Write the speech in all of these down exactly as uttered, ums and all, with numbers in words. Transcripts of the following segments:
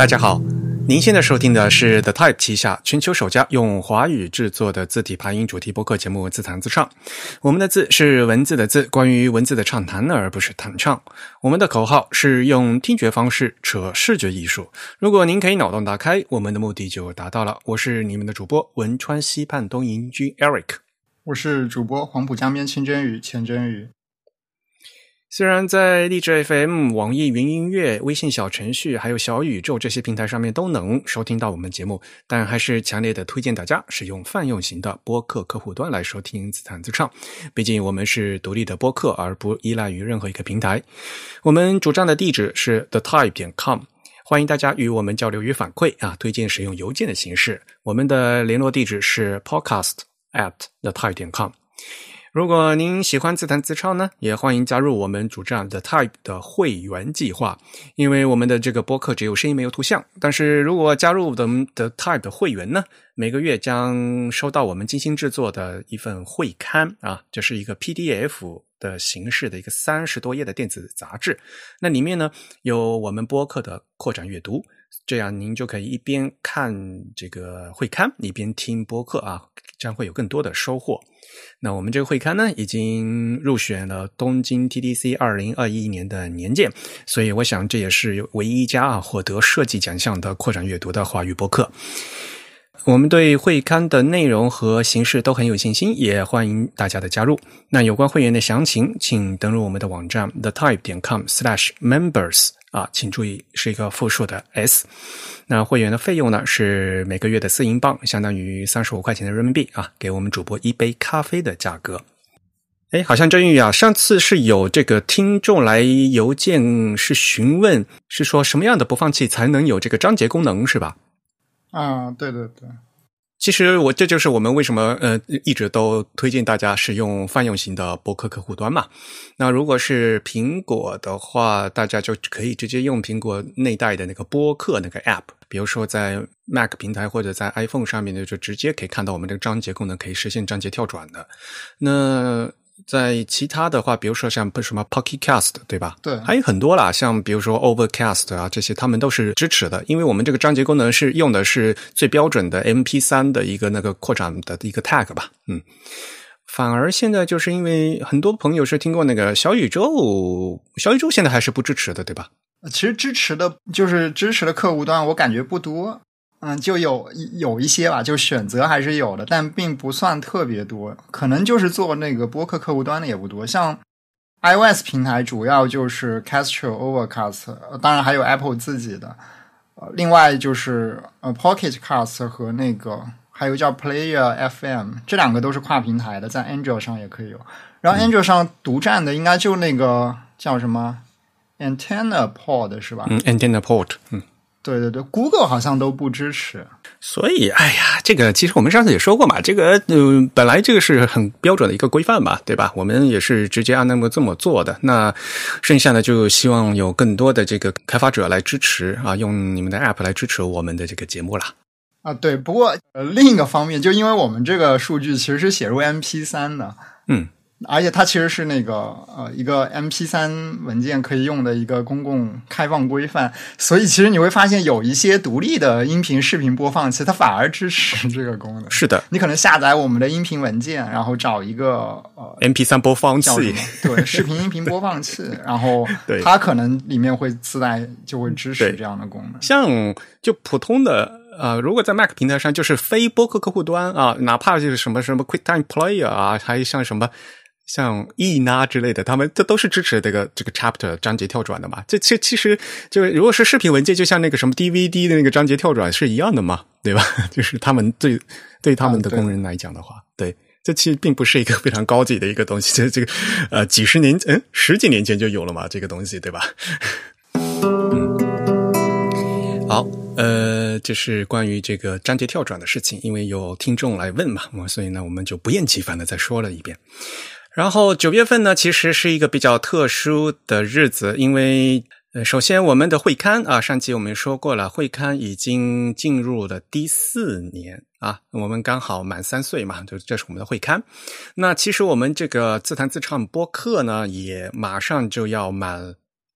大家好，您现在收听的是 The Type 旗下全球首家用华语制作的字体排音主题播客节目自弹自唱。我们的字是文字的字，关于文字的畅谈而不是弹唱。我们的口号是用听觉方式扯视觉艺术。如果您可以脑洞打开，我们的目的就达到了。我是你们的主播汶川西畔东营居 Eric， 我是主播黄浦江边清真语钱真语。 虽然在荔枝 F M、网易云音乐、微信小程序还有小宇宙这些平台上面都能收听到我们节目，但还是强烈的推荐大家使用泛用型的播客客户端来收听自弹自唱。毕竟我们是独立的播客，而不依赖于任何一个平台。我们主站的地址是 the type 点 com， 欢迎大家与我们交流与反馈啊，推荐使用邮件的形式。我们的联络地址是 podcast at the type 点 com。如果您喜欢自弹自唱呢，也欢迎加入我们主站 The Type 的会员计划。因为我们的这个播客只有声音没有图像，但是如果加入的 The Type 的会员呢，每个月将收到我们精心制作的一份会刊啊，这是一个 P D F 的形式的一个三十多页的电子杂志。那里面呢有我们播客的扩展阅读，这样您就可以一边看这个会刊一边听播客啊，将会有更多的收获。那我们这个会刊呢已经入选了东京 T D C 二零二一年的年鉴，所以我想这也是唯一一家啊获得设计奖项的扩展阅读的华语播客。我们对会刊的内容和形式都很有信心，也欢迎大家的加入。那有关会员的详情请登入我们的网站 the type 点 com slash members 啊，请注意是一个复数的 S。 那会员的费用呢是每个月的四英镑，相当于三十五块钱的人民币啊，给我们主播一杯咖啡的价格。诶，好像真玉啊，上次是有这个听众来邮件是询问，是说什么样的播放器才能有这个章节功能是吧？ 啊，对对对。 其实我这就是我们为什么呃一直都推荐大家使用泛用型的播客客户端嘛。那如果是苹果的话，大家就可以直接用苹果内带的那个播客那个 App， 比如说在 Mac 平台或者在 iPhone 上面的，就直接可以看到我们这个章节功能可以实现章节跳转的。那在其他的话，比如说像什么 Pocket Cast 对吧？对，还有很多啦，像比如说 Overcast 啊，这些他们都是支持的，因为我们这个章节功能是用的是最标准的 M P 三 的一个那个扩展的一个 tag 吧。嗯，反而现在就是因为很多朋友是听过那个小宇宙，小宇宙现在还是不支持的对吧？ 其实支持的就是支持的客户端我感觉不多。嗯，就有有一些吧，就选择还是有的，但并不算特别多。可能就是做那个播客客户端的也不多，像 iOS 平台主要就是 Castro、Overcast， 当然还有 Apple 自己的。呃，另外就是呃 Pocket Cast 和那个还有叫 Player F M， 这两个都是跨平台的，在 Android 上也可以有。然后 Android 上独占的应该就那个叫什么 Antenna Pod 是吧？ 嗯 ，Antenna Pod， 嗯。 对对对 ，Google 好像都不支持， 所以，哎呀，这个其实我们上次也说过嘛，这个嗯、呃，本来这个是很标准的一个规范吧，对吧？我们也是直接按那么这么做的。那剩下的就希望有更多的这个开发者来支持啊，用你们的 App 来支持我们的这个节目啦。 啊，对。不过、呃、另一个方面，就因为我们这个数据其实是写入 M P 三 的， 嗯。 而且它其实是那个呃一个 M P 三 文件可以用的一个公共开放规范，所以其实你会发现有一些独立的音频视频播放器它反而支持这个功能。 是的， 你可能下载我们的音频文件，然后找一个呃 M P 三 播放器， 对，视频音频播放器，然后它可能里面会自带就会支持这样的功能。 像就普通的呃，如果在 Mac 平台上就是非播客客户端啊，哪怕就是什么什么 QuickTime Player 啊，还像什么像 E N A 之类的，他们这都是支持这个这个 chapter 章节跳转的嘛。这其其实就如果是视频文件，就像那个什么 D V D 的那个章节跳转是一样的嘛，对吧？就是他们对对他们的工人来讲的话，啊、对, 对，这其实并不是一个非常高级的一个东西，这这个呃几十年嗯十几年前就有了嘛，这个东西对吧？嗯，好。呃，这是关于这个章节跳转的事情，因为有听众来问嘛，所以呢我们就不厌其烦的再说了一遍。然后九月份呢其实是一个比较特殊的日子，因为呃，首先我们的会刊啊，上期我们说过了，会刊已经进入了第四年啊，我们刚好满三岁嘛，就这是我们的会刊。那其实我们这个自弹自唱播客呢，也马上就要满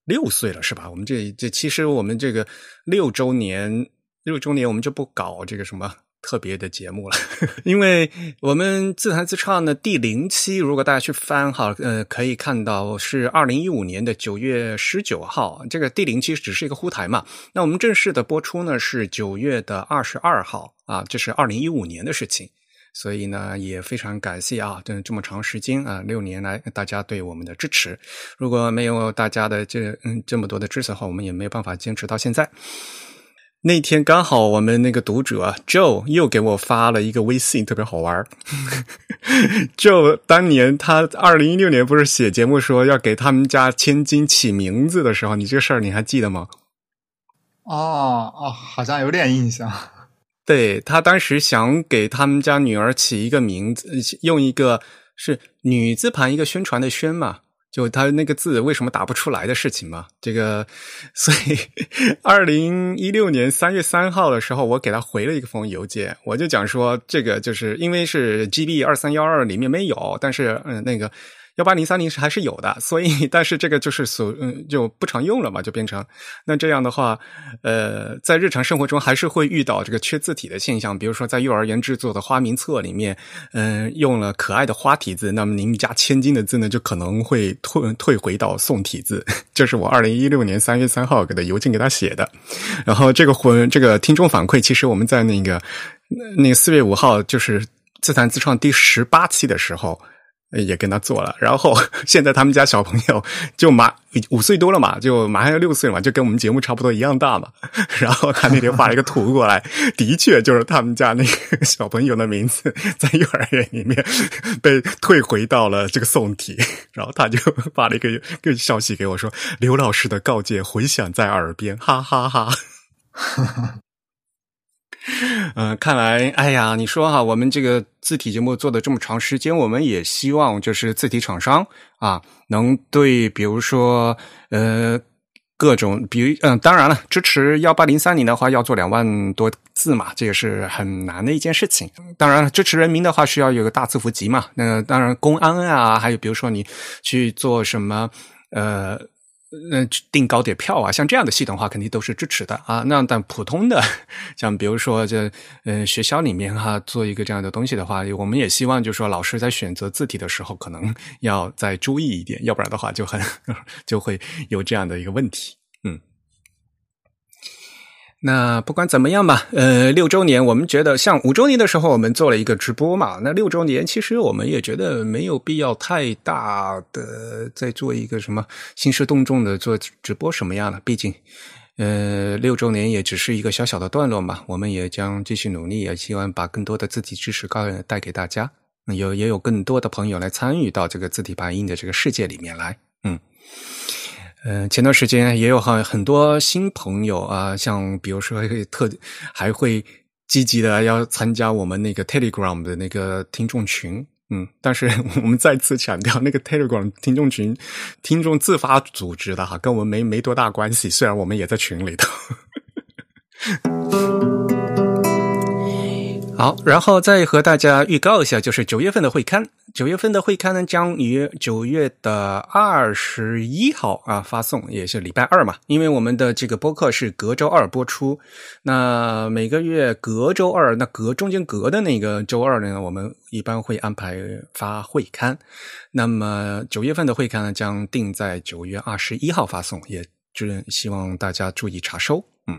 六岁了是吧？我们这这其实我们这个六周年六周年我们就不搞这个什么特别的节目了，因为我们自弹自唱的第零期，如果大家去翻哈，呃，可以看到是二零一五年的九月十九号，这个第零期只是一个呼台嘛。那我们正式的播出呢是九月的二十二号啊，这是二零一五年的事情。所以呢，也非常感谢啊，这这么长时间啊，六年来大家对我们的支持。如果没有大家的这嗯这么多的支持的话，我们也没有办法坚持到现在。那天刚好我们那个读者 Joe 又给我发了一个微信，特别好玩。Joe 当年他二零一六年不是写节目说要给他们家千金起名字的时候，你这个事儿你还记得吗？ 哦哦，好像有点印象。 对，他当时想给他们家女儿起一个名字，用一个是女字旁一个宣传的宣嘛，就他那个字为什么打不出来的事情嘛。这个，所以二零一六年三月三号的时候，我给他回了一封邮件，我就讲说，这个就是因为是 G B 二三一二里面没有，但是嗯那个。一八零三零是还是有的，所以但是这个就是所嗯就不常用了嘛，就变成那这样的话，呃，在日常生活中还是会遇到这个缺字体的现象，比如说在幼儿园制作的花名册里面，嗯、呃，用了可爱的花体字，那么您家千金的字呢，就可能会退退回到宋体字。这是我二零一六年三月三号给的邮件给他写的，然后这个回这个听众反馈，其实我们在那个那个四月五号就是自弹自唱第十八期的时候。也跟他做了，然后现在他们家小朋友就马五岁多了嘛，就马上要六岁了嘛，就跟我们节目差不多一样大嘛。然后他那天发了一个图过来，的确就是他们家那个小朋友的名字在幼儿园里面被退回到了这个宋体，然后他就发了一个一个消息给我说：“刘老师的告诫回响在耳边，哈哈哈。”嗯、呃，看来，哎呀，你说哈，我们这个字体节目做的这么长时间，我们也希望就是字体厂商啊，能对，比如说，呃，各种，比如，嗯、呃，当然了，支持一八零三零的话，要做两万多字嘛，这也是很难的一件事情。当然了，支持人民的话，需要有个大字符集嘛。那当然，公安啊，还有比如说你去做什么，呃。呃，订高铁票啊，像这样的系统化肯定都是支持的啊。那但普通的，像比如说这呃学校里面哈、啊，做一个这样的东西的话，我们也希望就是说老师在选择字体的时候，可能要再注意一点，要不然的话就很就会有这样的一个问题。嗯。那不管怎么样吧，呃，六周年，我们觉得像五周年的时候，我们做了一个直播嘛。那六周年，其实我们也觉得没有必要太大的再做一个什么兴师动众的做直播什么样了。毕竟，呃，六周年也只是一个小小的段落嘛。我们也将继续努力，也希望把更多的字体知识告带给大家，有也有更多的朋友来参与到这个字体排印的这个世界里面来。嗯。呃，前段时间也有很很多新朋友啊，像比如说特还会积极的要参加我们那个 Telegram 的那个听众群，嗯，但是我们再次强调，那个 Telegram 听众群听众自发组织的哈，跟我们没没多大关系，虽然我们也在群里头。好，然后再和大家预告一下，就是九月份的会刊。九月份的会刊呢，将于九月的二十一号啊发送，也是礼拜二嘛。因为我们的这个播客是隔周二播出，那每个月隔周二，那隔中间隔的那个周二呢，我们一般会安排发会刊。那么九月份的会刊呢，将定在九月二十一号发送，也就是希望大家注意查收。嗯。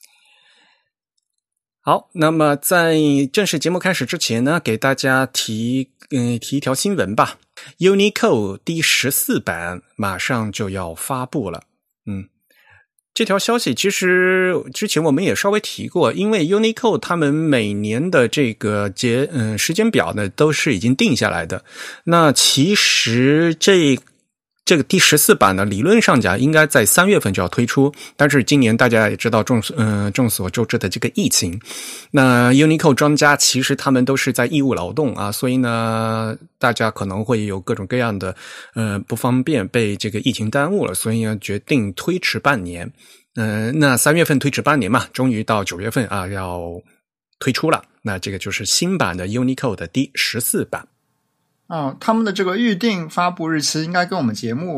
好，那么在正式节目开始之前呢，给大家提嗯提一条新闻吧。Unicode 第十四版马上就要发布了。嗯，这条消息其实之前我们也稍微提过，因为 Unicode 他们每年的这个节嗯时间表呢都是已经定下来的。那其实这这个第十四版呢，理论上讲应该在三月份就要推出，但是今年大家也知道众嗯、呃、众所周知的这个疫情，那 Unicode 专家其实他们都是在义务劳动啊，所以呢，大家可能会有各种各样的呃不方便，被这个疫情耽误了，所以呢决定推迟半年。嗯、呃，那三月份推迟半年嘛，终于到九月份啊要推出了。那这个就是新版的 Unicode 的第十四版。 哦，他们的这个预定发布日期应该跟我们节目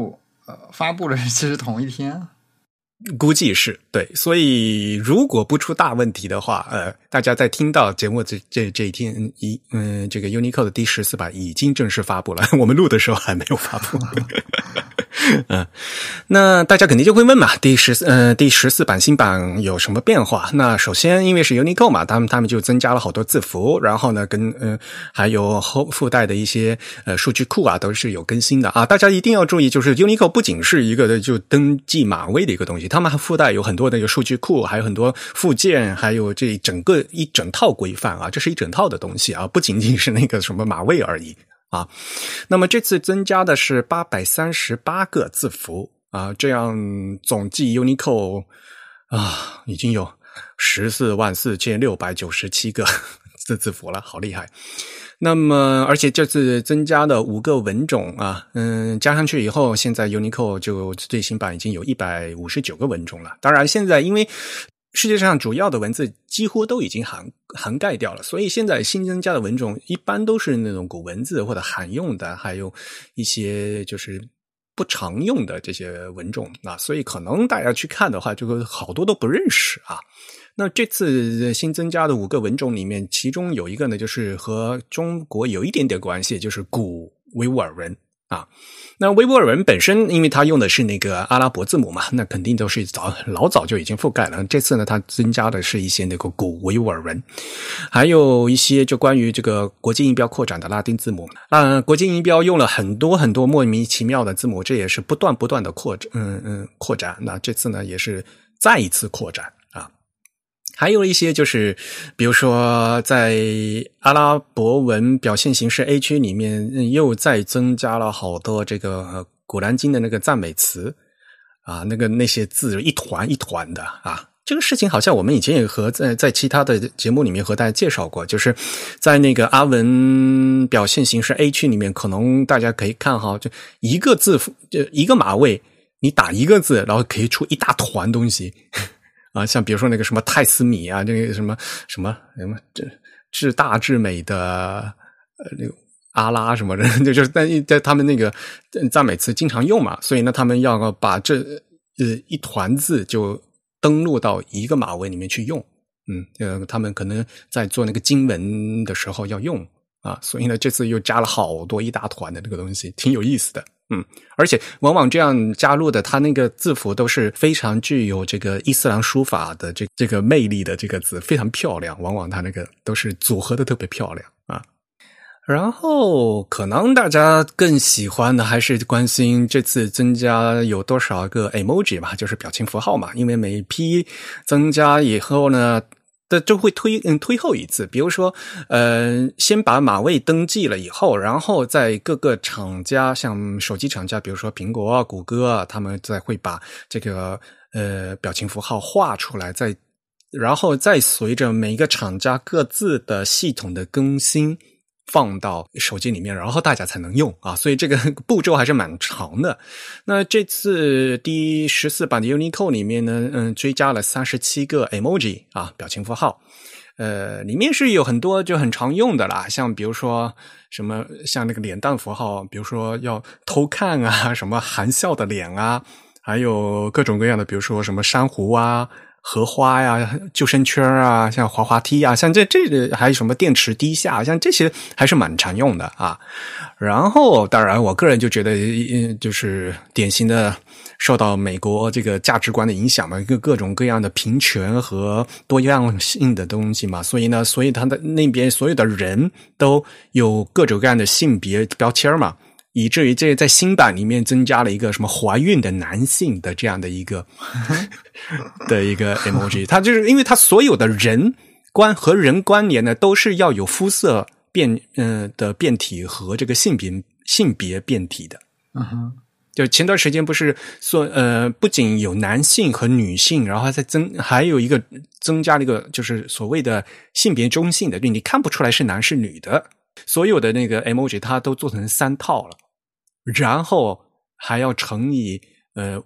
呃发布的日期是同一天。 估计是对，所以如果不出大问题的话，呃，大家在听到节目这这这一天一嗯，这个 Unicode 的第十四版已经正式发布了，我们录的时候还没有发布。嗯，那大家肯定就会问嘛，第十呃第十四版新版有什么变化？那首先因为是 Unicode 嘛，他们他们就增加了好多字符，然后呢，跟呃还有后附带的一些呃数据库啊，都是有更新的啊。大家一定要注意，就是 Unicode 不仅是一个就登记码位的一个东西，他们还附带有很多的一个数据库，还有很多附件，还有这整个一整套规范啊，这是一整套的东西啊，不仅仅是那个什么码位而已。啊，那么这次增加的是八百三十八个字符啊，这样总计 Unicode 啊已经有十四万四千六百九十七个字字符了，好厉害。那么而且这次增加的五个文种啊，嗯，加上去以后，现在 Unicode 就最新版已经有一百五十九个文种了。当然现在因为世界上主要的文字几乎都已经涵涵盖掉了，所以现在新增加的文种一般都是那种古文字或者罕用的，还有一些就是不常用的这些文种啊，所以可能大家去看的话，这个好多都不认识啊。那这次新增加的五个文种里面，其中有一个呢，就是和中国有一点点关系，就是古维吾尔文。啊，那维吾尔文本身，因为它用的是那个阿拉伯字母嘛，那肯定都是早老早就已经覆盖了。这次呢，它增加的是一些那个古维吾尔文，还有一些就关于这个国际音标扩展的拉丁字母。啊，国际音标用了很多很多莫名其妙的字母，这也是不断不断的扩展，嗯嗯扩展。那这次呢，也是再一次扩展。还有一些就是，比如说在阿拉伯文表现形式 A 区里面，又再增加了好多这个古兰经的那个赞美词啊，那个那些字一团一团的啊。这个事情好像我们以前也和在在其他的节目里面和大家介绍过，就是在那个阿文表现形式 A 区里面，可能大家可以看哈，就一个字就一个码位，你打一个字，然后可以出一大团东西。啊，像比如说那个什么泰斯米啊，这个什么什么什么至至大至美的呃那个阿拉什么的，就是在在他们那个赞美词经常用嘛，所以呢，他们要把这呃一团字就登录到一个码位里面去用，嗯，呃，他们可能在做那个经文的时候要用啊，所以呢，这次又加了好多一大团的这个东西，挺有意思的。嗯，而且往往这样加入的，它那个字符都是非常具有这个伊斯兰书法的这这个魅力的这个字，非常漂亮。往往它那个都是组合的特别漂亮啊。然后可能大家更喜欢的还是关心这次增加有多少个 emoji 嘛，就是表情符号嘛。因为每批增加以后呢，的就会推嗯推后一次，比如说呃先把码位登记了以后，然后在各个厂家，像手机厂家，比如说苹果啊、谷歌啊，他们再会把这个呃表情符号画出来，再然后再随着每一个厂家各自的系统的更新放到手机里面，然后大家才能用啊，所以这个步骤还是蛮长的。那这次第十四版的 Unicode 里面呢，嗯，追加了三十七个 emoji 啊，表情符号。呃，里面是有很多就很常用的啦，像比如说什么像那个脸蛋符号，比如说要偷看啊，什么含笑的脸啊，还有各种各样的，比如说什么珊瑚啊、荷花呀、救生圈啊，像滑滑梯啊，像这这个还有什么电池滴下，像这些还是蛮常用的啊。然后当然我个人就觉得就是典型的受到美国这个价值观的影响嘛，各各种各样的平权和多样性的东西嘛，所以呢，所以他的那边所有的人都有各种各样的性别标签嘛，以至于这在新版里面增加了一个什么怀孕的男性的这样的一个的一个 emoji， 它就是因为它所有的人关和人关联呢，都是要有肤色变呃的变体和这个性别性别变体的。 嗯哼， 就前段时间不是说呃不仅有男性和女性，然后再增还有一个增加了一个就是所谓的性别中性的，就你看不出来是男是女的。所有的那个 emoji 它都做成三套了，然后还要乘以呃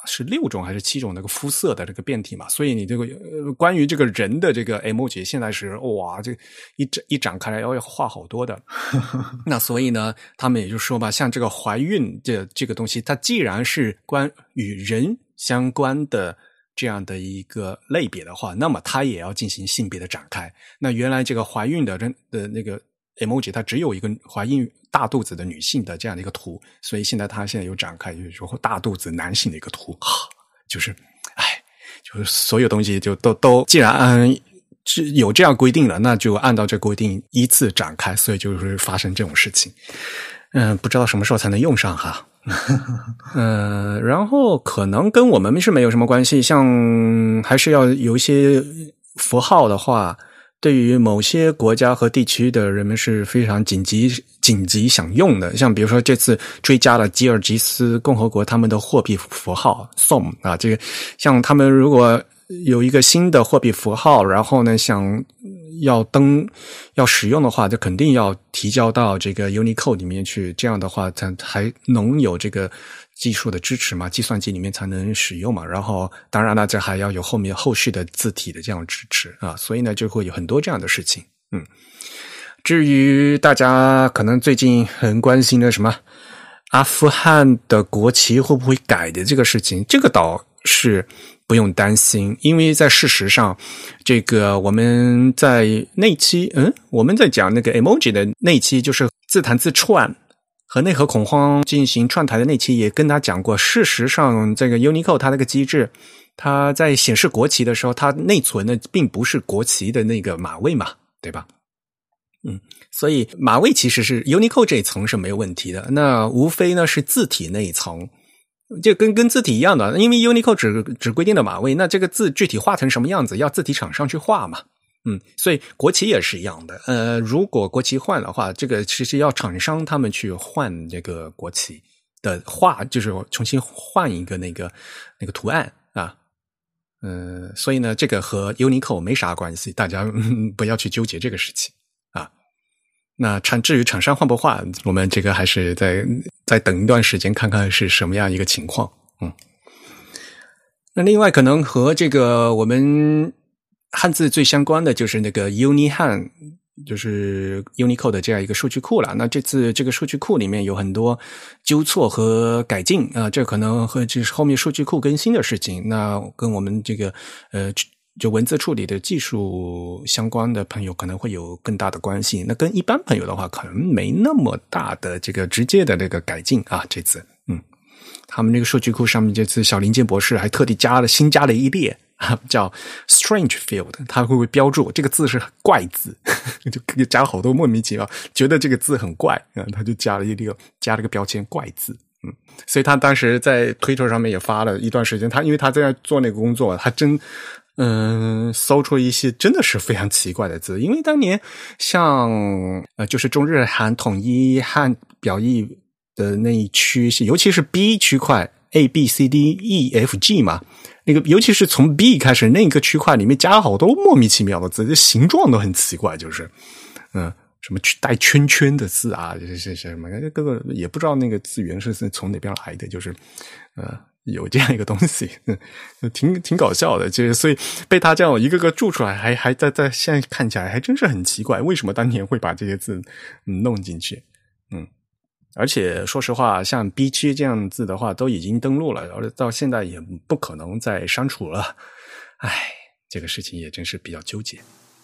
是六种还是七种那个肤色的这个变体嘛，所以你这个、呃、关于这个人的这个 emoji 现在是哇，这一一展开来要画好多的。那所以呢，他们也就说吧，像这个怀孕的这个东西，它既然是关与人相关的这样的一个类别的话，那么它也要进行性别的展开。那原来这个怀孕的人的那个 emoji 它只有一个怀孕大肚子的女性的这样的一个图，所以现在它现在有展开，就是说大肚子男性的一个图，就是哎，就是所有东西就都都既然按有这样规定了，那就按照这规定依次展开，所以就是发生这种事情。嗯，不知道什么时候才能用上哈。呃，然后可能跟我们是没有什么关系，像还是要有一些符号的话，对于某些国家和地区的人们是非常紧急紧急想用的。像比如说这次追加了吉尔吉斯共和国他们的货币符号 S O M 啊，这个像他们如果有一个新的货币符号，然后呢想要登要使用的话，就肯定要提交到这个 Unicode 里面去，这样的话才还能有这个技术的支持嘛，计算机里面才能使用嘛。然后当然了，这还要有后面后续的字体的这样支持啊，所以呢就会有很多这样的事情。嗯，至于大家可能最近很关心的什么阿富汗的国旗会不会改的这个事情，这个倒是不用担心，因为在事实上，这个我们在那期，嗯，我们在讲那个 emoji 的那期，就是自弹自串和内核恐慌进行串台的那期，也跟他讲过。事实上，这个 Unicode 它那个机制，它在显示国旗的时候，它内存的并不是国旗的那个码位嘛，对吧？嗯，所以码位其实是 Unicode 这一层是没有问题的，那无非呢是字体那一层。就跟跟字体一样的，因为 Unicode 只只规定的码位，那这个字具体画成什么样子，要字体厂商去画嘛。嗯，所以国旗也是一样的。呃，如果国旗换的话，这个其实要厂商他们去换这个国旗的画，就是重新换一个那个那个图案啊。呃，所以呢，这个和 Unicode 没啥关系，大家、嗯、不要去纠结这个事情啊。那厂至于厂商换不换，我们这个还是再再等一段时间看看是什么样一个情况。嗯，那另外可能和这个我们汉字最相关的就是那个 Unihan， 就是 Unicode 的这样一个数据库了。那这次这个数据库里面有很多纠错和改进啊、呃，这可能和就是后面数据库更新的事情。那跟我们这个呃。就文字处理的技术相关的朋友可能会有更大的关系，那跟一般朋友的话可能没那么大的这个直接的这个改进啊。这次嗯，他们那个数据库上面这次小林健博士还特地加了新加了一列啊，叫 strange field， 他会标注这个字是怪字，就加了好多莫名其妙觉得这个字很怪啊，他就加了一列加了个标签怪字。嗯，所以他当时在推特上面也发了一段时间，他因为他在做那个工作，他真嗯，搜出一些真的是非常奇怪的字，因为当年像呃，就是中日韩统一汉表意的那一区，尤其是 B 区块 A B C D E F G 嘛，那个尤其是从 B 开始那个区块里面加了好多莫名其妙的字，这形状都很奇怪，就是嗯。什么带圈圈的字啊，这是什么？各个也不知道那个字源是从哪边来的，就是呃有这样一个东西，挺挺搞笑的。就是所以被他这样一个个注出来，还还在在现在看起来还真是很奇怪，为什么当年会把这些字嗯弄进去？嗯，而且说实话，像 B 区这样字的话，都已经登录了，而到现在也不可能再删除了。唉，这个事情也真是比较纠结。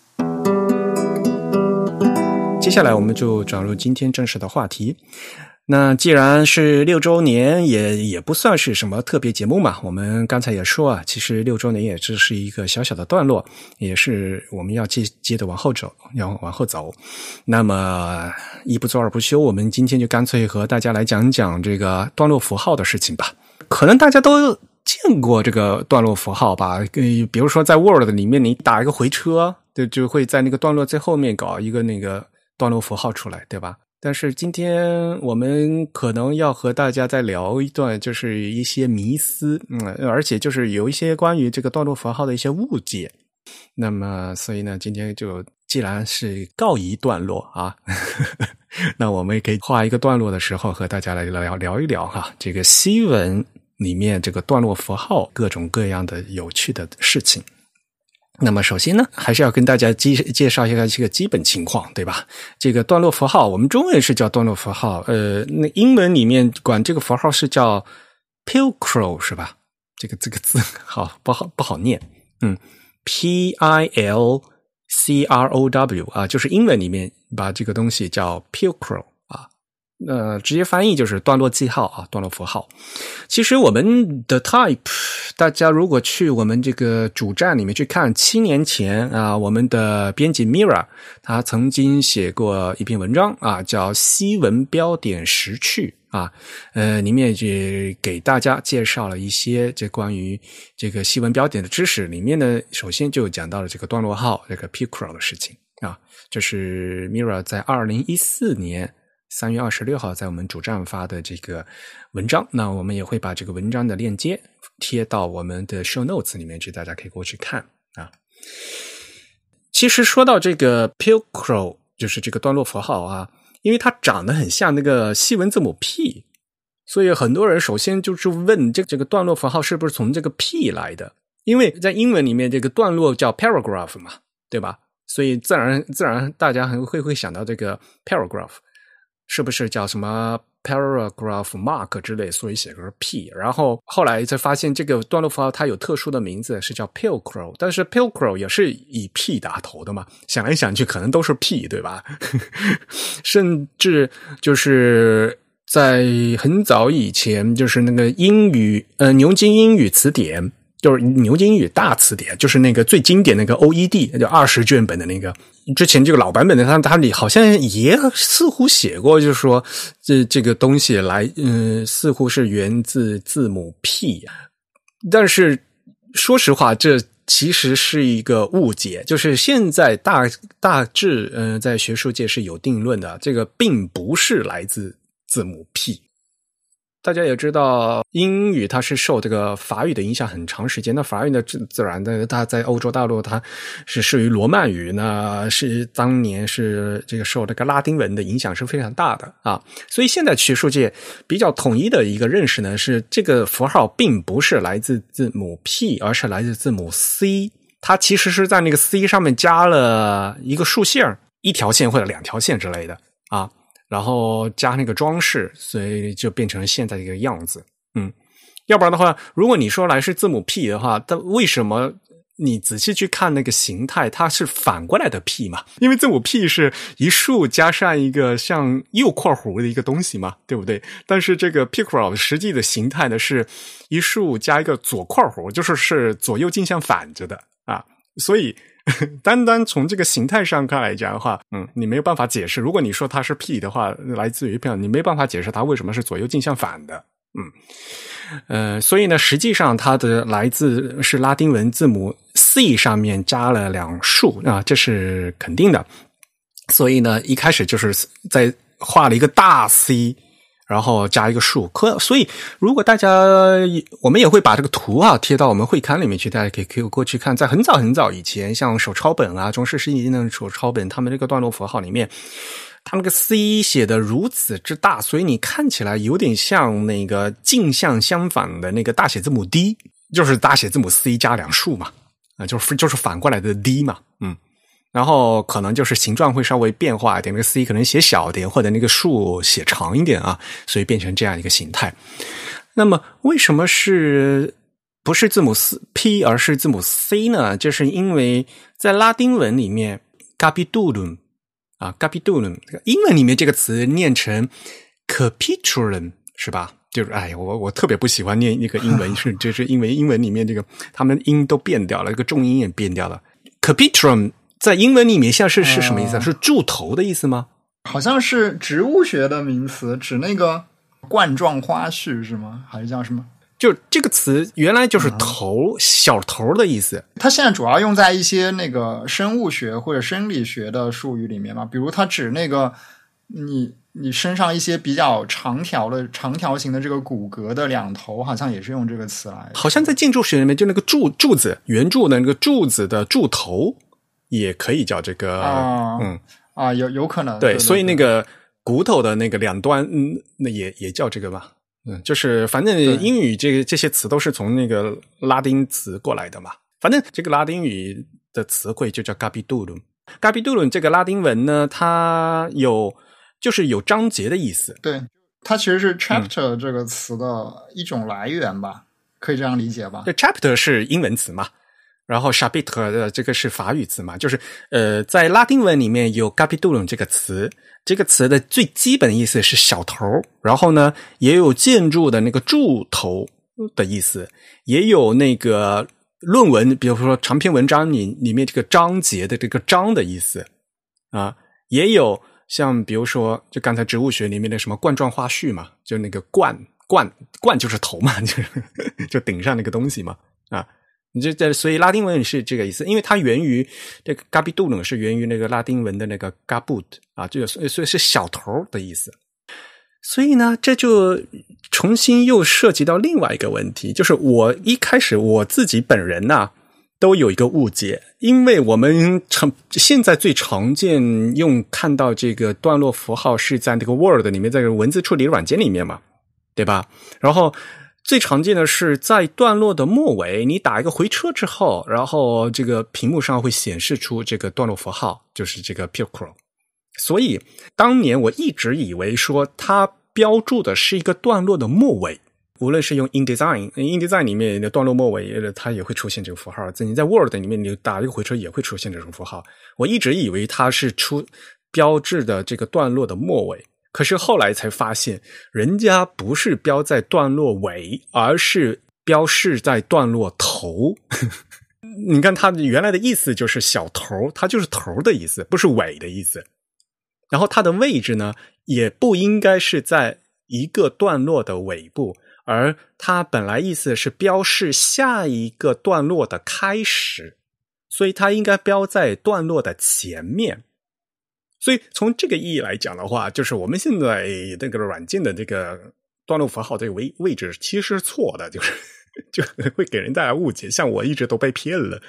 接下来我们就转入今天正式的话题。那既然是六周年，也也不算是什么特别节目嘛，我们刚才也说啊，其实六周年也只是一个小小的段落，也是我们要接接着往后走，要往后走。那么一不做二不休，我们今天就干脆和大家来讲讲这个段落符号的事情吧。可能大家都见过这个段落符号吧，比如说在 Word 里面你打一个回车，就就会在那个段落最后面搞一个那个段落符号出来，对吧？但是今天我们可能要和大家再聊一段，就是一些迷思，嗯，而且就是有一些关于这个段落符号的一些误解。那么，所以呢，今天就既然是告一段落啊，那我们也可以画一个段落的时候，和大家来聊聊一聊哈，这个西文里面这个段落符号各种各样的有趣的事情。那么首先呢，还是要跟大家介介绍一下这个基本情况，对吧？这个段落符号，我们中文是叫段落符号，呃，那英文里面管这个符号是叫 pilcrow 是吧？这个这个字好不好不好念，嗯 ，P I L C R O W 啊，就是英文里面把这个东西叫 pilcrow 啊，呃，直接翻译就是段落记号啊，段落符号。其实我们的 type， 大家如果去我们这个主站里面去看，七年前啊，我们的编辑 Mira 他曾经写过一篇文章啊，叫西文标点识趣啊，呃，里面也给大家介绍了一些这关于这个西文标点的知识。里面呢，首先就讲到了这个段落号这个 pilcrow 的事情啊，这是 Mira 在二零一四年三月二十六号在我们主站发的这个文章，那我们也会把这个文章的链接贴到我们的 show notes 里面去，大家可以过去看啊。其实说到这个 pilcrow， 就是这个段落符号啊，因为它长得很像那个西文字母 P， 所以很多人首先就是问这这个段落符号是不是从这个 P 来的？因为在英文里面这个段落叫 paragraph 嘛，对吧？所以自然自然大家很会会想到这个 paragraph。是不是叫什么 paragraph mark 之类，所以写个 P， 然后后来才发现这个段落符号它有特殊的名字，是叫 pilcrow， 但是 pilcrow 也是以 P 打头的嘛，想来想去可能都是 P， 对吧？甚至就是在很早以前，就是那个英语呃牛津英语词典，就是牛津英语大词典，就是那个最经典那个 O E D， 就二十卷本的那个。之前这个老版本的它它里好像也似乎写过，就是说这这个东西来嗯、呃，似乎是源自字母 P， 但是说实话这其实是一个误解，就是现在大大致嗯、呃，在学术界是有定论的，这个并不是来自字母 P。大家也知道，英语它是受这个法语的影响很长时间。那法语呢，自然的，它在欧洲大陆它是适于罗曼语呢，是当年是这个受这个拉丁文的影响是非常大的啊。所以现在学术界比较统一的一个认识呢，是这个符号并不是来自字母 P， 而是来自字母 C。它其实是在那个 C 上面加了一个竖线，一条线或者两条线之类的啊。然后加那个装饰，所以就变成了现在这个样子。嗯，要不然的话，如果你说来是字母 P 的话，但为什么你仔细去看那个形态，它是反过来的 P 嘛？因为字母 P 是一竖加上一个像右括弧的一个东西嘛，对不对？但是这个 pilcrow 实际的形态呢，是一竖加一个左括弧，就是是左右镜像反着的啊，所以。单单从这个形态上看来讲的话，嗯，你没有办法解释。如果你说它是 P 的话，来自于 P， 你没办法解释它为什么是左右镜像反的。嗯，呃，所以呢，实际上它的来自是拉丁文字母 C 上面加了两竖啊，这是肯定的。所以呢，一开始就是在画了一个大 C。然后加一个竖，可所以如果大家我们也会把这个图啊贴到我们会刊里面去，大家可以可以过去看。在很早很早以前，像手抄本啊，中世世纪那种手抄本，他们这个段落符号里面，他那个 C 写的如此之大，所以你看起来有点像那个镜像相反的那个大写字母 D， 就是大写字母 C 加两竖嘛，啊、呃，就是就是反过来的 D 嘛，嗯。然后可能就是形状会稍微变化一点，那个 C 可能写小一点，或者那个数写长一点啊，所以变成这样一个形态。那么为什么是不是字母 P 而是字母 C 呢？就是因为在拉丁文里面 capitulum 啊 capitulum 英文里面这个词念成 capitulum 是吧？就是哎呀，我我特别不喜欢念那个英文，是就是因为英文里面这个他们音都变掉了，这个重音也变掉了。capitulum在英文里面像是是什么意思、呃、是柱头的意思吗？ 好像是植物学的名词，指那个冠状花序是吗？还是叫什么？ 就这个词原来就是头、嗯、小头的意思。 它现在主要用在一些那个生物学或者生理学的术语里面嘛，比如它指那个你你身上一些比较长条的长条形的这个骨骼的两头，好像也是用这个词来。 好像在建筑学里面，就那个柱柱子圆柱的那个柱子的柱头。也可以叫这个， 啊、 嗯啊，有有可能， 对， 对对对， 所以那个骨头的那个两端，嗯，那也也叫这个吧， 嗯，就是反正英语这个这些词都是从那个拉丁词过来的嘛。反正这个拉丁语的词汇就叫 capitulum。capitulum 这个拉丁文呢，它有就是有章节的意思。 对，它其实是 chapter 这个词的一种来源吧，嗯、可以这样理解吧？ 对 ，chapter 是英文词嘛，然后 chapitre 的这个是法语词嘛，就是呃，在拉丁文里面有 capitulum 这个词。这个词的最基本的意思是小头，然后呢也有建筑的那个柱头的意思，也有那个论文比如说长篇文章里里面这个章节的这个章的意思啊，也有像比如说就刚才植物学里面的什么冠状花序嘛，就那个冠冠冠就是头嘛，就是就顶上那个东西嘛啊。你这这，所以拉丁文是这个意思，因为它源于这个 capitulum 是源于那个拉丁文的那个 caput 啊，这个所以所以是小头的意思。所以呢，这就重新又涉及到另外一个问题，就是我一开始我自己本人呐、啊、都有一个误解，因为我们常现在最常见用看到这个段落符号是在那个 Word 里面，在文字处理软件里面嘛，对吧？然后最常见的是在段落的末尾你打一个回车之后，然后这个屏幕上会显示出这个段落符号，就是这个 pilcrow。 所以当年我一直以为说它标注的是一个段落的末尾，无论是用 InDesign InDesign 里面的段落末尾它也会出现这个符号，你在 Word 里面你打一个回车也会出现这种符号，我一直以为它是出标志的这个段落的末尾，可是后来才发现人家不是标在段落尾，而是标示在段落头。你看它原来的意思就是小头，它就是头的意思，不是尾的意思。然后它的位置呢也不应该是在一个段落的尾部，而它本来意思是标示下一个段落的开始，所以它应该标在段落的前面。所以从这个意义来讲的话，就是我们现在这个软件的这个段落符号这个位位置其实是错的，就是就会给人带来误解，像我一直都被骗了。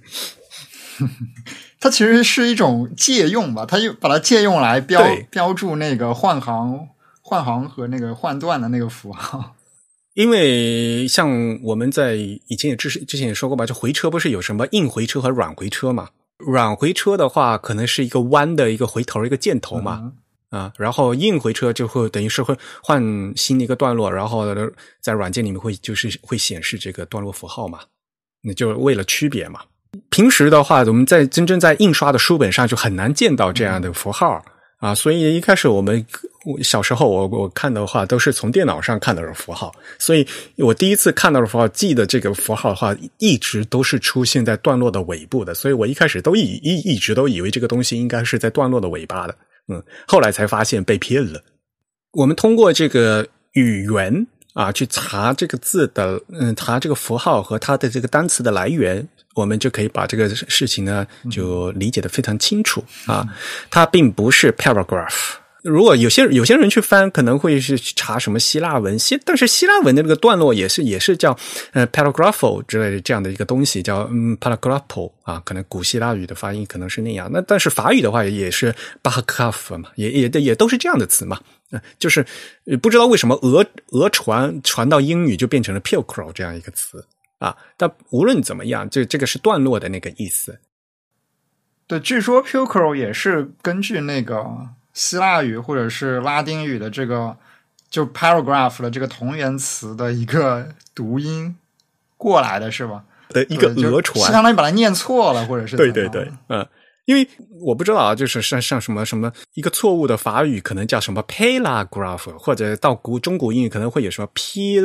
它其实是一种借用吧，它就把它借用来标标注那个换行换行和那个换段的那个符号。 因为像我们在以前也之之前也说过吧，就回车不是有什么硬回车和软回车嘛？软回车的话可能是一个弯的一个回头一个箭头嘛、嗯、啊，然后硬回车就会等于是会换新的一个段落，然后在软件里面会就是会显示这个段落符号嘛，那就为了区别嘛。平时的话我们在真正在印刷的书本上就很难见到这样的符号、嗯、啊，所以一开始我们小时候我我看的话都是从电脑上看到的符号，所以我第一次看到的符号记得这个符号的话一直都是出现在段落的尾部的，所以我一开始都一一一直都以为这个东西应该是在段落的尾巴的，嗯，后来才发现被骗了。我们通过这个语言啊去查这个字的嗯查这个符号和它的这个单词的来源，我们就可以把这个事情呢就理解得非常清楚啊，它并不是 paragraph。如果有些有些人去翻，可能会是查什么希腊文，希但是希腊文的那个段落也是也是叫呃 paragrapho 之类的这样的一个东西，叫嗯 paragrapho 啊，可能古希腊语的发音可能是那样。那但是法语的话也是 paragraph 嘛，也也也都是这样的词嘛。呃、就是不知道为什么讹讹传传到英语就变成了 pilcrow 这样一个词啊。但无论怎么样，这这个是段落的那个意思。 对，据说 pilcrow 也是根据那个希腊语或者是拉丁语的这个就 paragraph 的这个同源词的一个读音过来的，是吧？ 的一个讹传， 相当于把它念错了，或者是对对对，嗯，因为我不知道啊，就是像像什么什么一个错误的法语可能叫什么 paragraph， 或者到古中古英语可能会有什么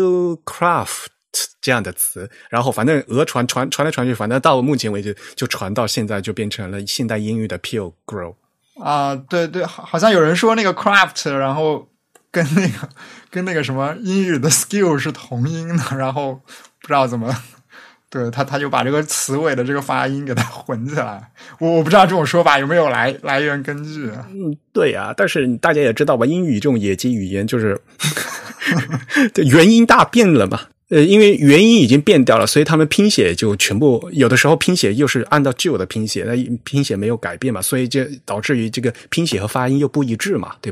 pilcraft 这样的词，然后反正讹传传传来传去，反正到目前为止就传到现在就变成了现代英语的 pilcrow。 啊，对对，好像有人说那个 craft 然后跟那个跟那个什么英语的 skill 是同音的，然后不知道怎么对他他就把这个词尾的这个发音给它混起来。我我不知道这种说法有没有来来源根据。 嗯，对啊，但是大家也知道吧，英语这种野鸡语言就是元音大变了嘛。呃，因为元音已经变掉了，所以他们拼写就全部有的时候拼写又是按照旧的拼写，那拼写没有改变嘛，所以就导致于这个拼写和发音又不一致嘛，对吧？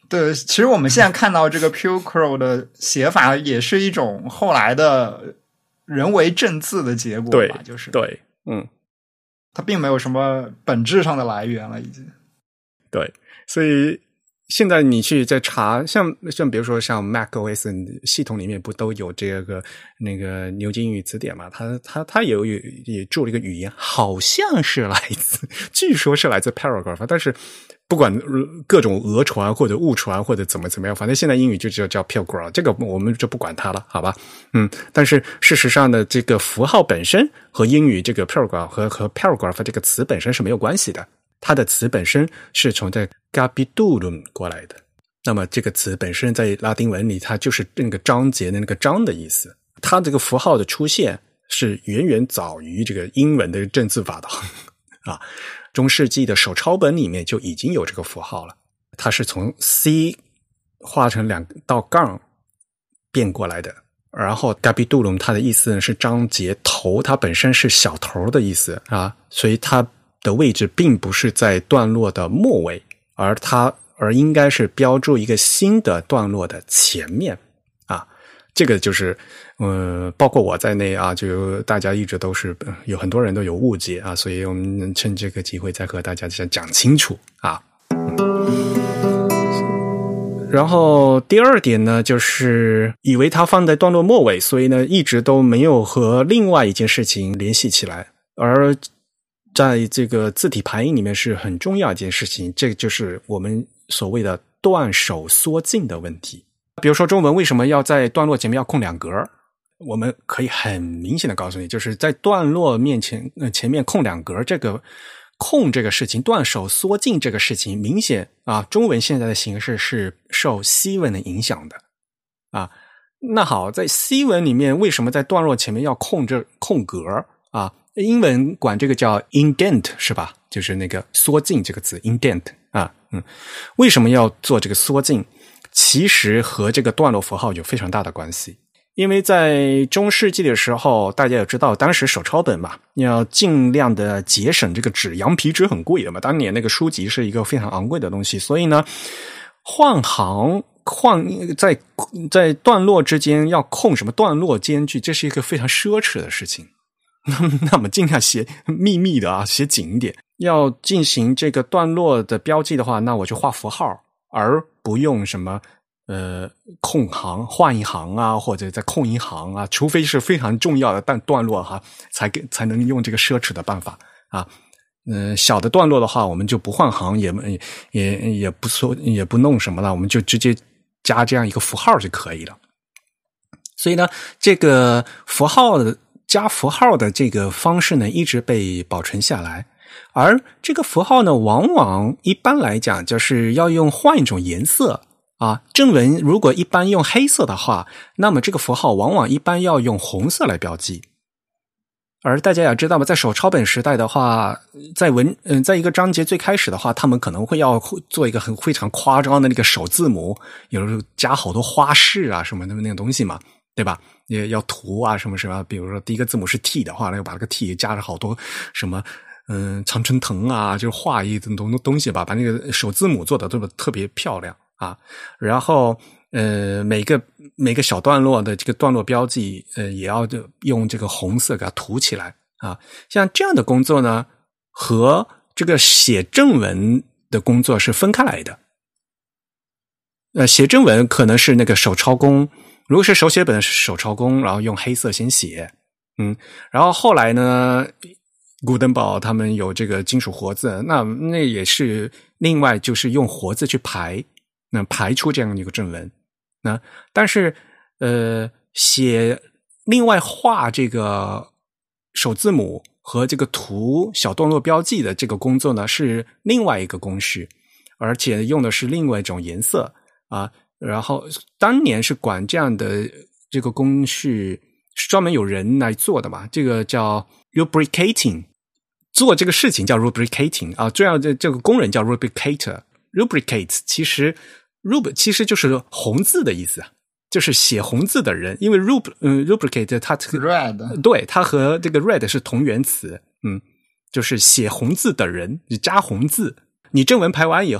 对，其实我们现在看到这个 Pilcrow 的写法也是一种后来的人为正字的结果吧，就是对，嗯， 它并没有什么本质上的来源了，已经。 对，所以现在你去在查，像像比如说像 macOS 系统里面不都有这个那个牛津英语词典嘛？它它它也有也注了一个语言，好像是来自，据说是来自 Paragraph， 但是不管各种讹传或者误传或者怎么怎么样，反正现在英语就只有叫 Pilcrow， 这个我们就不管它了，好吧？嗯，但是事实上呢，这个符号本身和英语这个 Paragraph 和和 Paragraph 这个词本身是没有关系的。它的词本身是从这 capitulum 过来的，那么这个词本身在拉丁文里它就是那个章节的那个章的意思，它这个符号的出现是远远早于这个英文的正字法的啊，中世纪的手抄本里面就已经有这个符号了，它是从 C 画成两道杠变过来的，然后 capitulum 它的意思呢是章节头，它本身是小头的意思啊，所以它的位置并不是在段落的末尾，而它而应该是标注一个新的段落的前面啊。这个就是呃包括我在内啊，就大家一直都是有很多人都有误解啊，所以我们能趁这个机会再和大家先讲清楚啊。然后第二点呢，就是以为它放在段落末尾，所以呢一直都没有和另外一件事情联系起来，而在这个字体排印里面是很重要一件事情，这就是我们所谓的段首缩进的问题。比如说中文为什么要在段落前面要空两格，我们可以很明显的告诉你，就是在段落面前、呃、前面空两格，这个空这个事情，段首缩进这个事情，明显啊，中文现在的形式是受西文的影响的啊。那好，在西文里面为什么在段落前面要空这空格啊？英文管这个叫 indent 是吧？就是那个缩进这个字 indent 啊，嗯，为什么要做这个缩进？其实和这个段落符号有非常大的关系。因为在中世纪的时候，大家也知道，当时手抄本嘛，要尽量的节省这个纸，羊皮纸很贵的嘛，当年那个书籍是一个非常昂贵的东西，所以呢，换行换在在段落之间要空什么段落间距，这是一个非常奢侈的事情。那么尽量写秘密的啊，写紧一点。要进行这个段落的标记的话，那我就画符号，而不用什么呃空行换一行啊，或者再空一行啊，除非是非常重要的但段落哈，才给才能用这个奢侈的办法啊。嗯、呃，小的段落的话，我们就不换行，也也也不说也不弄什么了，我们就直接加这样一个符号就可以了。所以呢，这个符号的加符号的这个方式呢，一直被保存下来。而这个符号呢，往往一般来讲就是要用换一种颜色啊。正文如果一般用黑色的话，那么这个符号往往一般要用红色来标记。而大家也知道嘛，在手抄本时代的话，在文嗯、呃，在一个章节最开始的话，他们可能会要做一个很非常夸张的那个首字母，有时候加好多花式啊什么的那个东西嘛，对吧？也要图啊什么什么，比如说第一个字母是 T 的话，那就把这个 T 加上好多什么嗯、呃、常春藤啊，就是画一种东东西吧，把那个首字母做的这么特别漂亮啊。然后呃每个每个小段落的这个段落标记呃也要用这个红色给它涂起来啊。像这样的工作呢，和这个写正文的工作是分开来的。呃写正文可能是那个手抄工，如果是手写本是手抄工，然后用黑色先写，嗯，然后后来呢，古登堡他们有这个金属活字，那那也是另外就是用活字去排，那排出这样一个正文。那但是呃，写另外画这个首字母和这个图小段落标记的这个工作呢，是另外一个工序，而且用的是另外一种颜色啊。然后当年是管这样的这个工序是专门有人来做的嘛，这个叫 rubricating， 做这个事情叫 rubricating 啊，这样的这个工人叫 rubricator。 rubricate 其实 rub 其实就是红字的意思，就是写红字的人，因为 rub 嗯 rubricate 它 red 对，它和这个 red 是同源词，嗯，就是写红字的人，你加红字。你正文排完以后，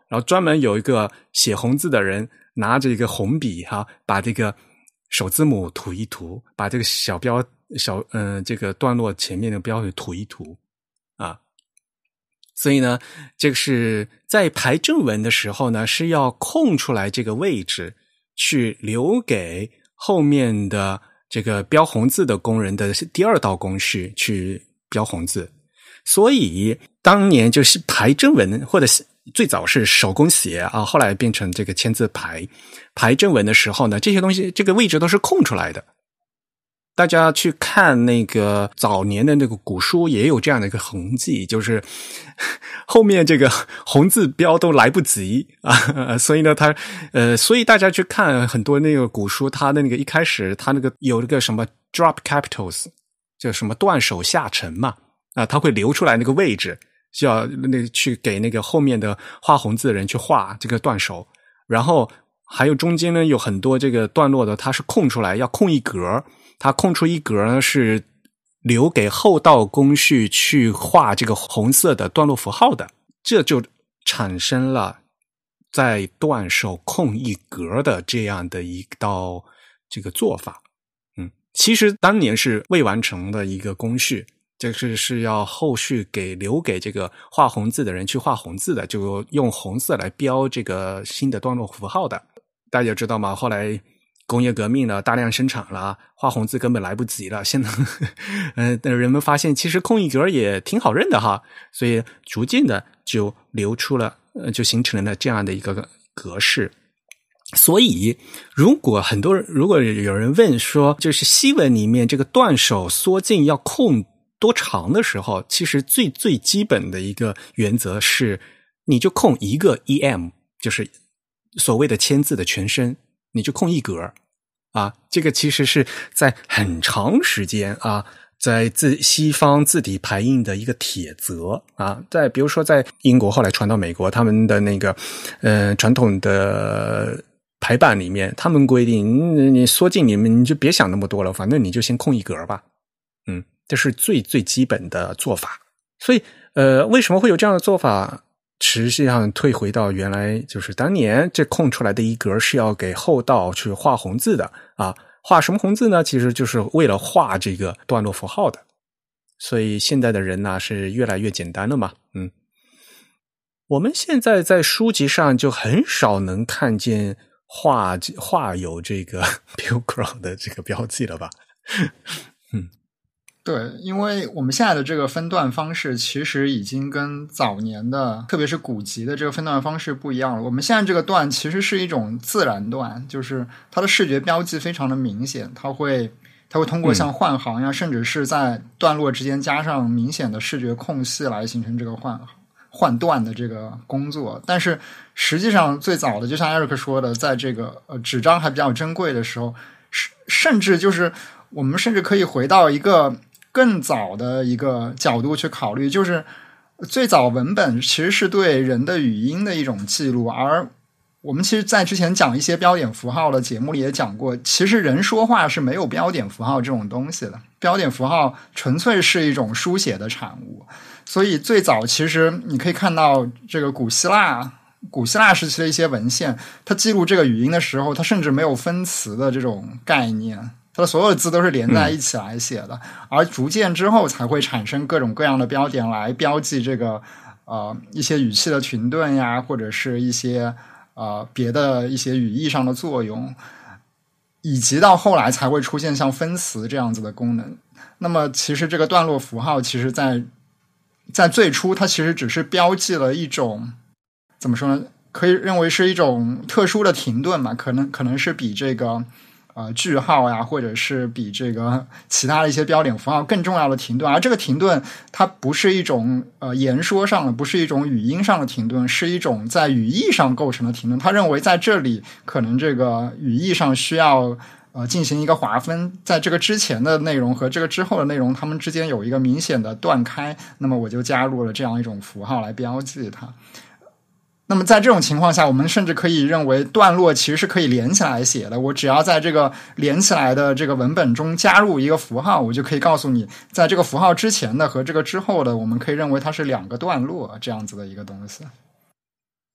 然后专门有一个写红字的人拿着一个红笔哈，把这个首字母涂一涂，把这个小标小嗯、呃、这个段落前面的标给涂一涂啊。所以呢，这个是在排正文的时候呢，是要空出来这个位置，去留给后面的这个标红字的工人的第二道工序去标红字。所以当年就是排正文，或者最早是手工写啊，后来变成这个签字排排正文的时候呢，这些东西这个位置都是空出来的。大家去看那个早年的那个古书也有这样的一个痕迹，就是后面这个红字标都来不及啊，所以呢他呃所以大家去看很多那个古书，他的那个一开始他那个有那个什么 drop capitals， 就什么断手下沉嘛啊，他会留出来那个位置，就要那去给那个后面的画红字的人去画这个断手，然后还有中间呢有很多这个段落的它是空出来，要空一格。它空出一格呢，是留给后道工序去画这个红色的段落符号的，这就产生了在段首空一格的这样的一道这个做法。嗯，其实当年是未完成的一个工序，这是是要后续给留给这个画红字的人去画红字的，就用红色来标这个新的段落符号的。大家知道吗？后来工业革命了，大量生产了，画红字根本来不及了。现在，呃，人们发现其实空一格也挺好认的哈，所以逐渐的就流出了，呃，就形成了这样的一个格式。所以，如果很多人，如果有人问说，就是西文里面这个断首缩进要空多长的时候，其实最最基本的一个原则是，你就空一个 E M， 就是所谓的签字的全身。你就空一格啊，这个其实是在很长时间啊，在字西方字体排印的一个铁则啊，在比如说在英国后来传到美国，他们的那个呃传统的排版里面，他们规定你缩进里面你就别想那么多了，反正你就先空一格吧。嗯，这是最最基本的做法。所以呃，为什么会有这样的做法？实际上退回到原来，就是当年这空出来的一格是要给后道去画红字的啊，画什么红字呢？其实就是为了画这个段落符号的。所以现在的人呢是越来越简单了嘛，嗯。我们现在在书籍上就很少能看见画画有这个 Pilgrim 的这个标记了吧？嗯。 对，因为我们现在的这个分段方式其实已经跟早年的特别是古籍的这个分段方式不一样了。我们现在这个段其实是一种自然段，就是它的视觉标记非常的明显，它会它会通过像换行呀、嗯、甚至是在段落之间加上明显的视觉空隙来形成这个换换段的这个工作。但是实际上最早的就像 Eric 说的，在这个呃纸张还比较珍贵的时候，甚至就是我们甚至可以回到一个更早的一个角度去考虑，就是最早文本其实是对人的语音的一种记录，而我们其实在之前讲一些标点符号的节目里也讲过，其实人说话是没有标点符号这种东西的，标点符号纯粹是一种书写的产物。所以最早其实你可以看到这个古希腊古希腊时期的一些文献，它记录这个语音的时候，它甚至没有分词的这种概念，它的所有的字都是连在一起来写的、嗯、而逐渐之后才会产生各种各样的标点来标记这个呃一些语气的停顿呀，或者是一些呃别的一些语义上的作用，以及到后来才会出现像分词这样子的功能。那么其实这个段落符号其实在在最初它其实只是标记了一种怎么说呢，可以认为是一种特殊的停顿嘛，可能可能是比这个呃，句号呀，或者是比这个其他的一些标点符号更重要的停顿，而这个停顿它不是一种呃言说上的，不是一种语音上的停顿，是一种在语义上构成的停顿。他认为在这里可能这个语义上需要呃进行一个划分，在这个之前的内容和这个之后的内容，它们之间有一个明显的断开，那么我就加入了这样一种符号来标记它。那么在这种情况下，我们甚至可以认为段落其实是可以连起来写的，我只要在这个连起来的这个文本中加入一个符号，我就可以告诉你在这个符号之前的和这个之后的，我们可以认为它是两个段落这样子的一个东西。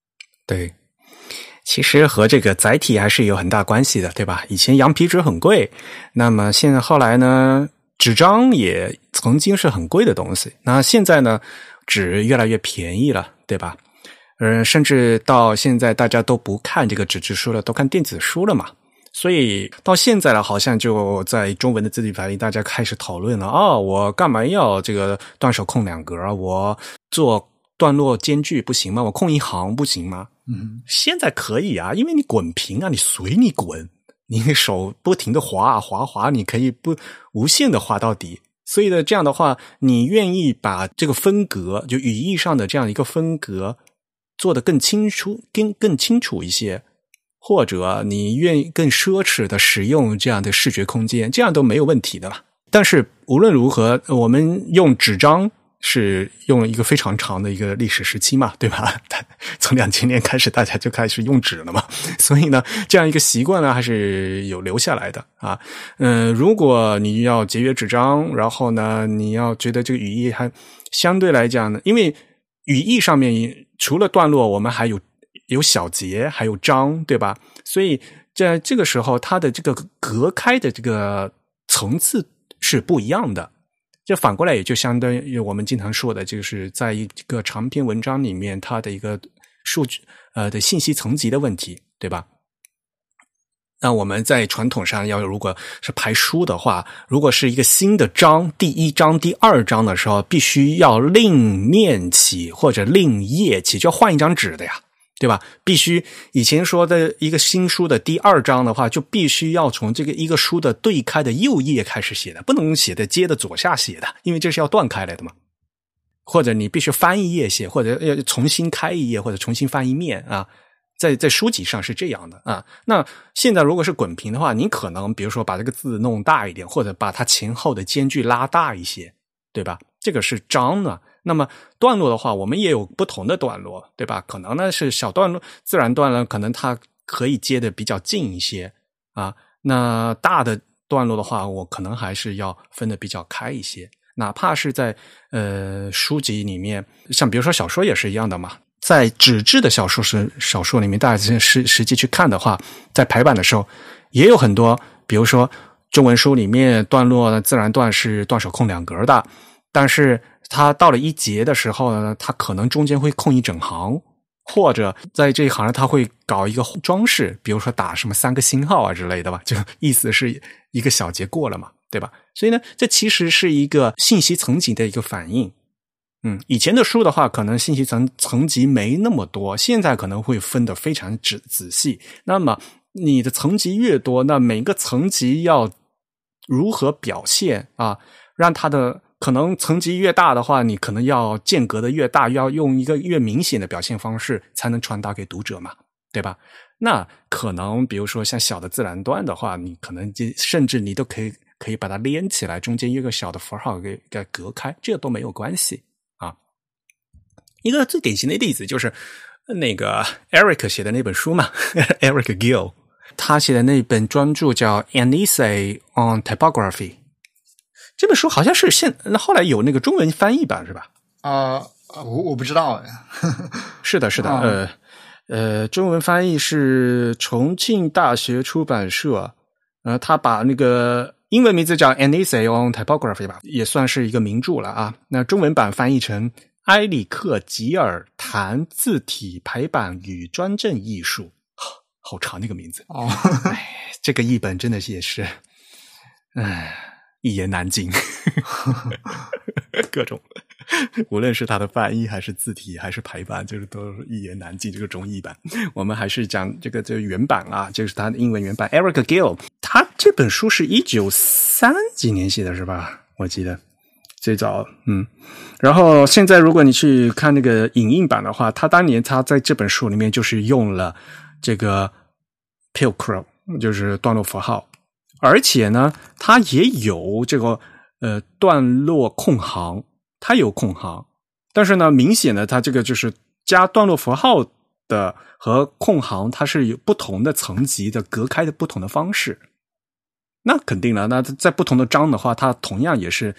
对，其实和这个载体还是有很大关系的，对吧？以前羊皮纸很贵，那么现在后来呢，纸张也曾经是很贵的东西，那现在呢，纸越来越便宜了，对吧？嗯，甚至到现在大家都不看这个纸质书了，都看电子书了嘛。所以到现在了，好像就在中文的字体排列，大家开始讨论了啊、哦，我干嘛要这个断手空两格？我做段落间距不行吗？我空一行不行吗？ 嗯， 现在可以啊，因为你滚屏啊，你随你滚，你手不停的滑啊滑滑，你可以不无限的滑到底。所以呢，这样的话，你愿意把这个分隔，就语义上的这样一个分隔做得更清楚、更更清楚一些。或者你愿意更奢侈的使用这样的视觉空间，这样都没有问题的了。但是无论如何，我们用纸张是用了一个非常长的一个历史时期嘛，对吧？从两千年开始，大家就开始用纸了嘛，所以呢，这样一个习惯呢，还是有留下来的啊。嗯、呃，如果你要节约纸张，然后呢，你要觉得这个语义还相对来讲呢，因为语义上面除了段落，我们还有。有小节还有章，对吧？所以在这个时候它的这个隔开的这个层次是不一样的，这反过来也就相当于我们经常说的，就是在一个长篇文章里面它的一个数据呃的信息层级的问题，对吧？那我们在传统上要如果是排书的话，如果是一个新的章，第一章第二章的时候必须要另面起或者另页起，就要换一张纸的呀，对吧？必须以前说的一个新书的第二章的话，就必须要从这个一个书的对开的右页开始写的，不能写的接的左下写的，因为这是要断开来的嘛。或者你必须翻一页写，或者要重新开一页，或者重新翻一面啊。在在书籍上是这样的啊。那现在如果是滚屏的话，你可能比如说把这个字弄大一点，或者把它前后的间距拉大一些，对吧？这个是章呢。那么段落的话，我们也有不同的段落，对吧？可能呢是小段落，自然段落可能它可以接的比较近一些啊。那大的段落的话，我可能还是要分的比较开一些。哪怕是在呃书籍里面，像比如说小说也是一样的嘛。在纸质的小说是小说里面，大家实实际去看的话，在排版的时候也有很多，比如说中文书里面段落自然段是断手空两格的，但是它到了一节的时候呢，它可能中间会空一整行，或者在这一行它会搞一个装饰，比如说打什么三个星号啊之类的吧，就意思是一个小节过了嘛，对吧？所以呢，这其实是一个信息层级的一个反应。嗯，以前的书的话，可能信息层层级没那么多，现在可能会分得非常仔仔细。那么你的层级越多，那每个层级要如何表现啊？让它的可能层级越大的话，你可能要间隔的越大，要用一个越明显的表现方式才能传达给读者嘛，对吧？那可能比如说像小的自然段的话，你可能甚至你都可以可以把它连起来，中间一个小的符号给给隔开，这都没有关系。一个最典型的例子就是那个 Eric 写的那本书嘛Eric Gill 他写的那本专著叫 An Essay on Typography， 这本书好像是现那后来有那个中文翻译版是吧？ 啊、呃，我我不知道哎。 是的，是的，呃呃，中文翻译是重庆大学出版社，呃，他把那个英文名字叫 An Essay on Typography 吧，也算是一个名著了啊。那中文版翻译成埃里克·吉尔谈字体排版与专政艺术，好长那个名字哦。 哎，这个译本真的是也是，唉，一言难尽。各种，无论是它的翻译还是字体还是排版，就是都一言难尽。这个中译版，我们还是讲这个这个原版啊，就是它的英文原版。Eric Gill， 他这本书是一九三几年写的是吧？我记得。最早，嗯，然后现在如果你去看那个影印版的话，他当年他在这本书里面就是用了这个 pilcrow， 就是段落符号，而且呢，它也有这个呃段落空行，它有空行，但是呢，明显的它这个就是加段落符号的和空行，它是有不同的层级的隔开的不同的方式。那肯定了，那在不同的章的话，它同样也是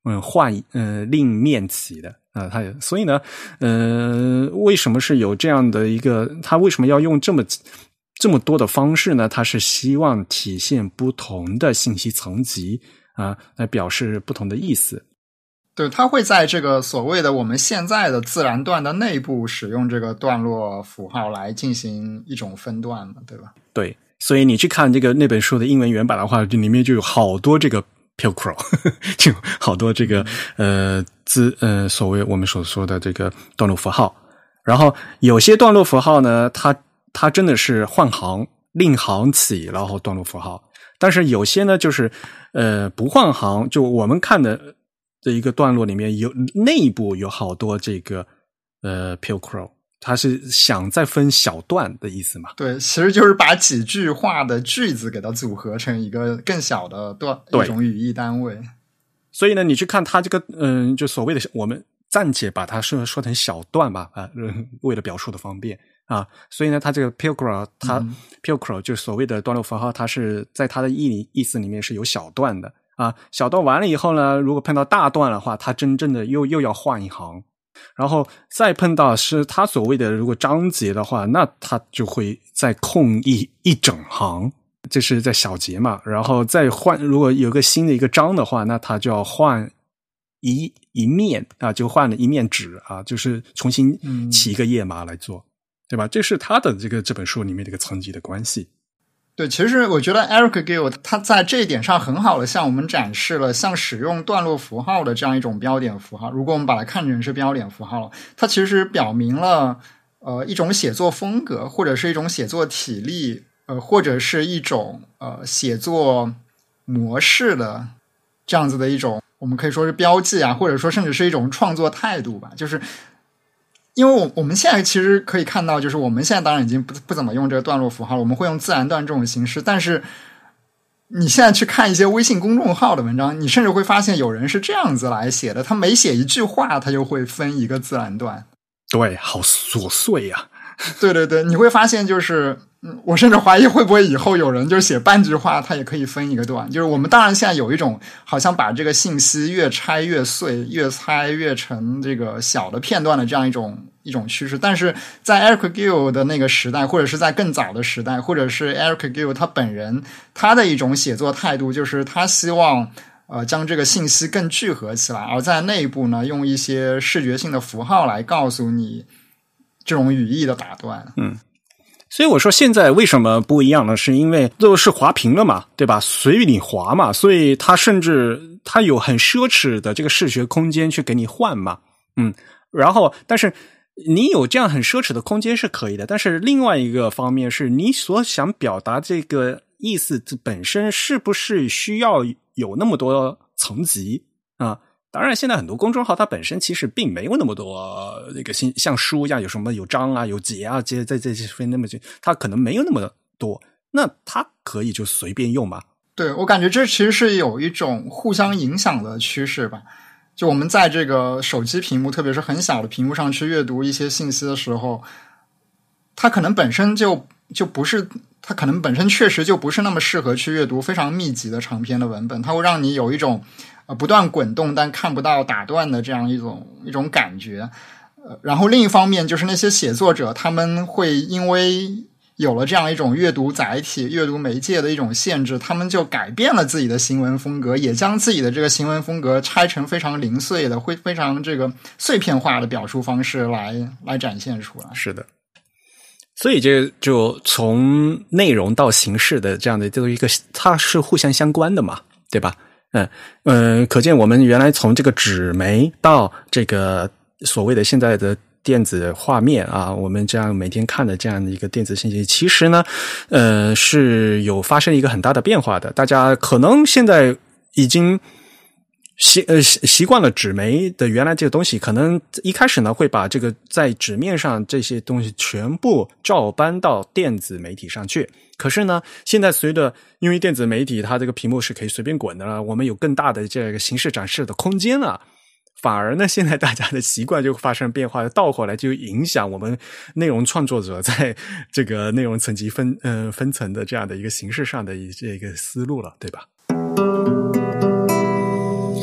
嗯换呃另面起的啊，它所以呢，呃，为什么是有这样的一个？他为什么要用这么这么多的方式呢？他是希望体现不同的信息层级啊，来表示不同的意思。 对，它会在这个所谓的我们现在的自然段的内部使用这个段落符号来进行一种分段嘛，对吧？ 对，所以你去看这个那本书的英文原版的话，里面就有好多这个 pilcrow， 就好多这个呃字呃所谓我们所说的这个段落符号。然后有些段落符号呢，它它真的是换行另行起，然后段落符号。但是有些呢，就是呃不换行，就我们看的这一个段落里面有内部有好多这个呃 pilcrow， 它是想再分小段的意思嘛？ 对，其实就是把几句话的句子给它组合成一个更小的段一种语义单位。 所以呢，你去看它这个嗯、呃，就所谓的我们暂且把它说说成小段吧，啊、呃，为了表述的方便啊，所以呢，它这个 pilcrow， 它、嗯、pilcrow 就所谓的段落符号，它是在它的意意思里面是有小段的。啊，小段完了以后呢，如果碰到大段的话，它真正的又又要换一行，然后再碰到是它所谓的如果章节的话，那它就会再空一一整行，这是在小节嘛，然后再换，如果有个新的一个章的话，那它就要换一一面啊，就换了一面纸啊，就是重新起一个页码来做，嗯、对吧？这是它的这个这本书里面这个层级的关系。 对，其实我觉得 Eric Gill 他在这一点上很好的向我们展示了像使用段落符号的这样一种标点符号。如果我们把它看成是标点符号，它其实表明了呃一种写作风格，或者是一种写作体例，呃或者是一种呃写作模式的这样子的一种，我们可以说是标记啊，或者说甚至是一种创作态度吧，就是。因为我我们现在其实可以看到，就是我们现在当然已经不不怎么用这个段落符号了，我们会用自然段这种形式。但是你现在去看一些微信公众号的文章，你甚至会发现有人是这样子来写的，他每写一句话，他就会分一个自然段。 对，好琐碎呀、啊。 对对对，你会发现就是，嗯，我甚至怀疑会不会以后有人就写半句话，他也可以分一个段。就是我们当然现在有一种好像把这个信息越拆越碎，越拆越成这个小的片段的这样一种一种趋势，但是在 Eric Gill 的那个时代，或者是在更早的时代，或者是 Eric Gill 他本人他的一种写作态度，就是他希望呃将这个信息更聚合起来，而在内部呢用一些视觉性的符号来告诉你这种语义的打断。 嗯，所以我说现在为什么不一样呢？是因为都是滑屏了嘛，对吧？随便你滑嘛，所以它甚至它有很奢侈的这个视觉空间去给你换嘛，嗯，然后但是你有这样很奢侈的空间是可以的，但是另外一个方面是你所想表达这个意思本身是不是需要有那么多层级啊？当然现在很多公众号它本身其实并没有那么多那个像书一样有什么有章啊有节啊这这这些分那么它可能没有那么多，那它可以就随便用嘛。 对，我感觉这其实是有一种互相影响的趋势吧。就我们在这个手机屏幕，特别是很小的屏幕上去阅读一些信息的时候，它可能本身就就不是，它可能本身确实就不是那么适合去阅读非常密集的长篇的文本，它会让你有一种呃不断滚动但看不到打断的这样一种一种感觉。呃，然后另一方面就是那些写作者，他们会因为有了这样一种阅读载体、阅读媒介的一种限制，他们就改变了自己的行文风格，也将自己的这个行文风格拆成非常零碎的、会非常这个碎片化的表述方式来来展现出来。 是的，所以这就从内容到形式的这样的这一个，它是互相相关的嘛，对吧？嗯嗯、呃，可见我们原来从这个纸媒到这个所谓的现在的电子画面啊，我们这样每天看的这样的一个电子信息，其实呢，呃，是有发生一个很大的变化的。大家可能现在已经习呃习惯了纸媒的原来这个东西，可能一开始呢会把这个在纸面上这些东西全部照搬到电子媒体上去。可是呢，现在随着因为电子媒体它这个屏幕是可以随便滚的了，我们有更大的这个形式展示的空间了。反而呢，现在大家的习惯就发生变化，倒过来就影响我们内容创作者在这个内容层级分呃分层的这样的一个形式上的这个思路了，对吧？不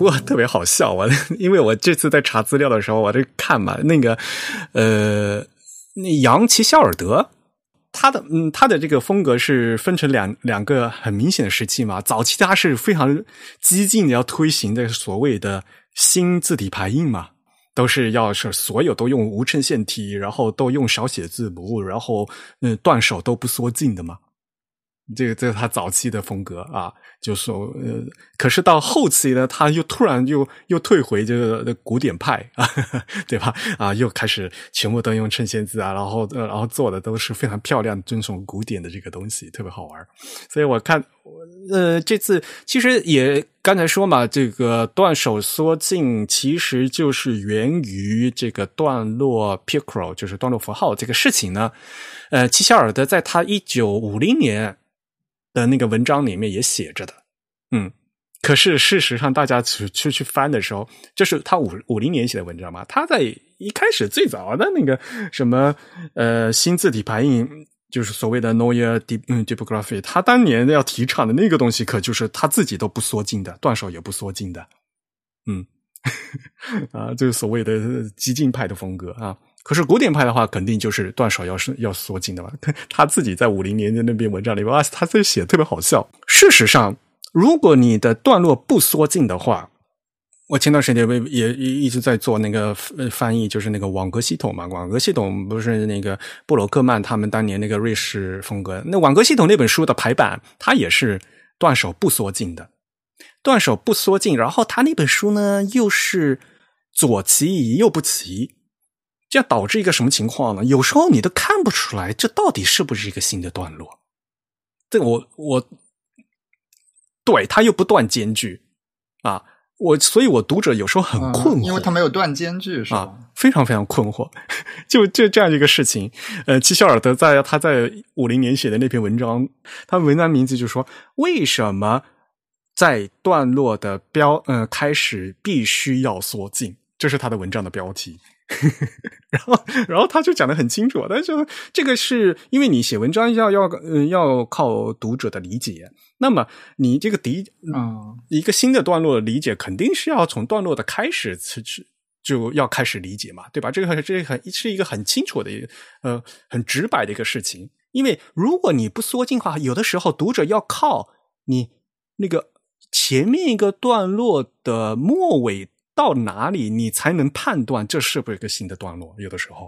不过特别好笑，我因为我这次在查资料的时候，我在看嘛，那个呃，那杨奇肖尔德。他的嗯，他的这个风格是分成两两个很明显的时期嘛。早期他是非常激进的要推行的所谓的新字体排印嘛，都是要是所有都用无衬线体，然后都用小写字母，然后嗯断手都不缩进的嘛。这个这是他早期的风格啊，就说呃，可是到后期呢，他又突然又又退回这个古典派啊，对吧？啊，又开始全部都用衬线字啊，然后呃，然后做的都是非常漂亮、尊崇古典的这个东西，特别好玩。所以我看，呃，这次其实也刚才说嘛，这个断手缩进其实就是源于这个段落 picro， 就是段落符号这个事情呢。呃，齐肖尔德在他一九五零年的那个文章里面也写着的，嗯，可是事实上大家去去去翻的时候，这是他五五零年写的文章嘛，他在一开始最早的那个什么呃新字体排印，就是所谓的 Neue Typography， 他当年要提倡的那个东西，可就是他自己都不缩进的，断手也不缩进的，嗯，啊，就是所谓的激进派的风格啊。可是古典派的话，肯定就是断手要是要缩进的嘛。他自己在五零年的那篇文章里面，哇，他这写的特别好笑。事实上，如果你的段落不缩进的话，我前段时间也也一直在做那个翻译，就是那个网格系统嘛。网格系统不是那个布罗克曼他们当年那个瑞士风格，那网格系统那本书的排版，它也是断手不缩进的，断手不缩进。然后他那本书呢，又是左齐移右不齐。这样导致一个什么情况呢？有时候你都看不出来，这到底是不是一个新的段落？这我我对他又不断间距啊，我所以，我读者有时候很困惑， 嗯、因为他没有断间距，是吧？ 啊，非常非常困惑。就就这样一个事情，呃，齐肖尔德在他在五零年写的那篇文章，他文章名字就说为什么在段落的标呃开始必须要缩进，这是他的文章的标题。然后，然后他就讲得很清楚，但是这个是因为你写文章要要呃要靠读者的理解，那么你这个第嗯一个新的段落的理解，肯定是要从段落的开始就要开始理解嘛，对吧？这个这个很是一个很清楚的呃很直白的一个事情，因为如果你不缩进的话，有的时候读者要靠你那个前面一个段落的末尾。到哪里你才能判断这是不是一个新的段落？有的时候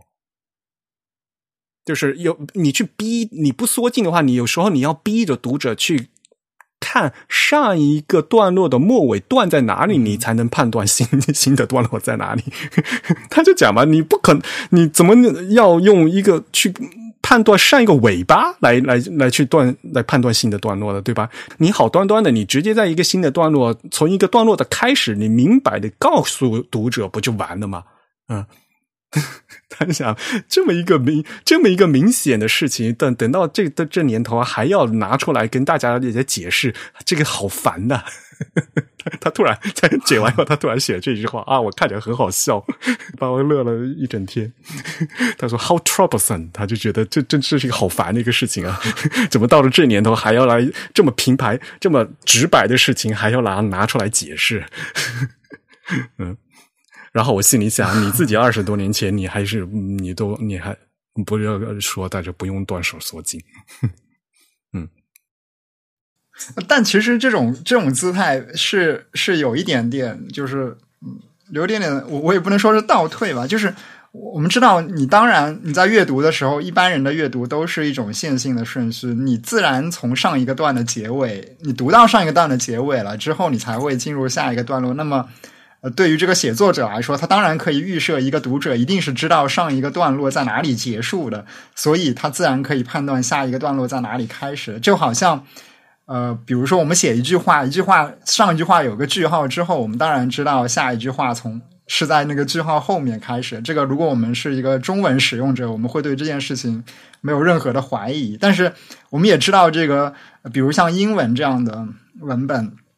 就是有你去逼，你不缩进的话，你有时候你要逼着读者去看上一个段落的末尾断在哪里，你才能判断新新的段落在哪里。他就讲嘛，你不可能，你怎么要用一个去判断上一个尾巴来来来去断来判断新的段落的，对吧？你好端端的，你直接在一个新的段落，从一个段落的开始，你明白的告诉读者，不就完了吗？嗯，他想这么一个明这么一个明显的事情，等等到这这年头还要拿出来跟大家也在解释，这个好烦呐、啊。他突然在解完以后，他突然写了这句话啊，我看起来很好笑，把我乐了一整天。他说 "How troublesome"， 他就觉得这真是一个好烦的一个事情啊！怎么到了这年头还要来这么平白、这么直白的事情，还要拿拿出来解释？嗯，然后我心里想，你自己二十多年前，你还是你都你还不要说，大家不用断手缩进。嗯。 但其实这种这种姿态是是有一点点，就是嗯，有一点点，我我也不能说是倒退吧，就是我们知道，你当然你在阅读的时候，一般人的阅读都是一种线性的顺序，你自然从上一个段的结尾，你读到上一个段的结尾了之后，你才会进入下一个段落。那么，呃，对于这个写作者来说，他当然可以预设一个读者一定是知道上一个段落在哪里结束的，所以他自然可以判断下一个段落在哪里开始，就好像。呃，比如说我们写一句话，一句话上一句话有个句号之后，我们当然知道下一句话从是在那个句号后面开始。这个如果我们是一个中文使用者，我们会对这件事情没有任何的怀疑。但是我们也知道这个，比如像英文这样的文本，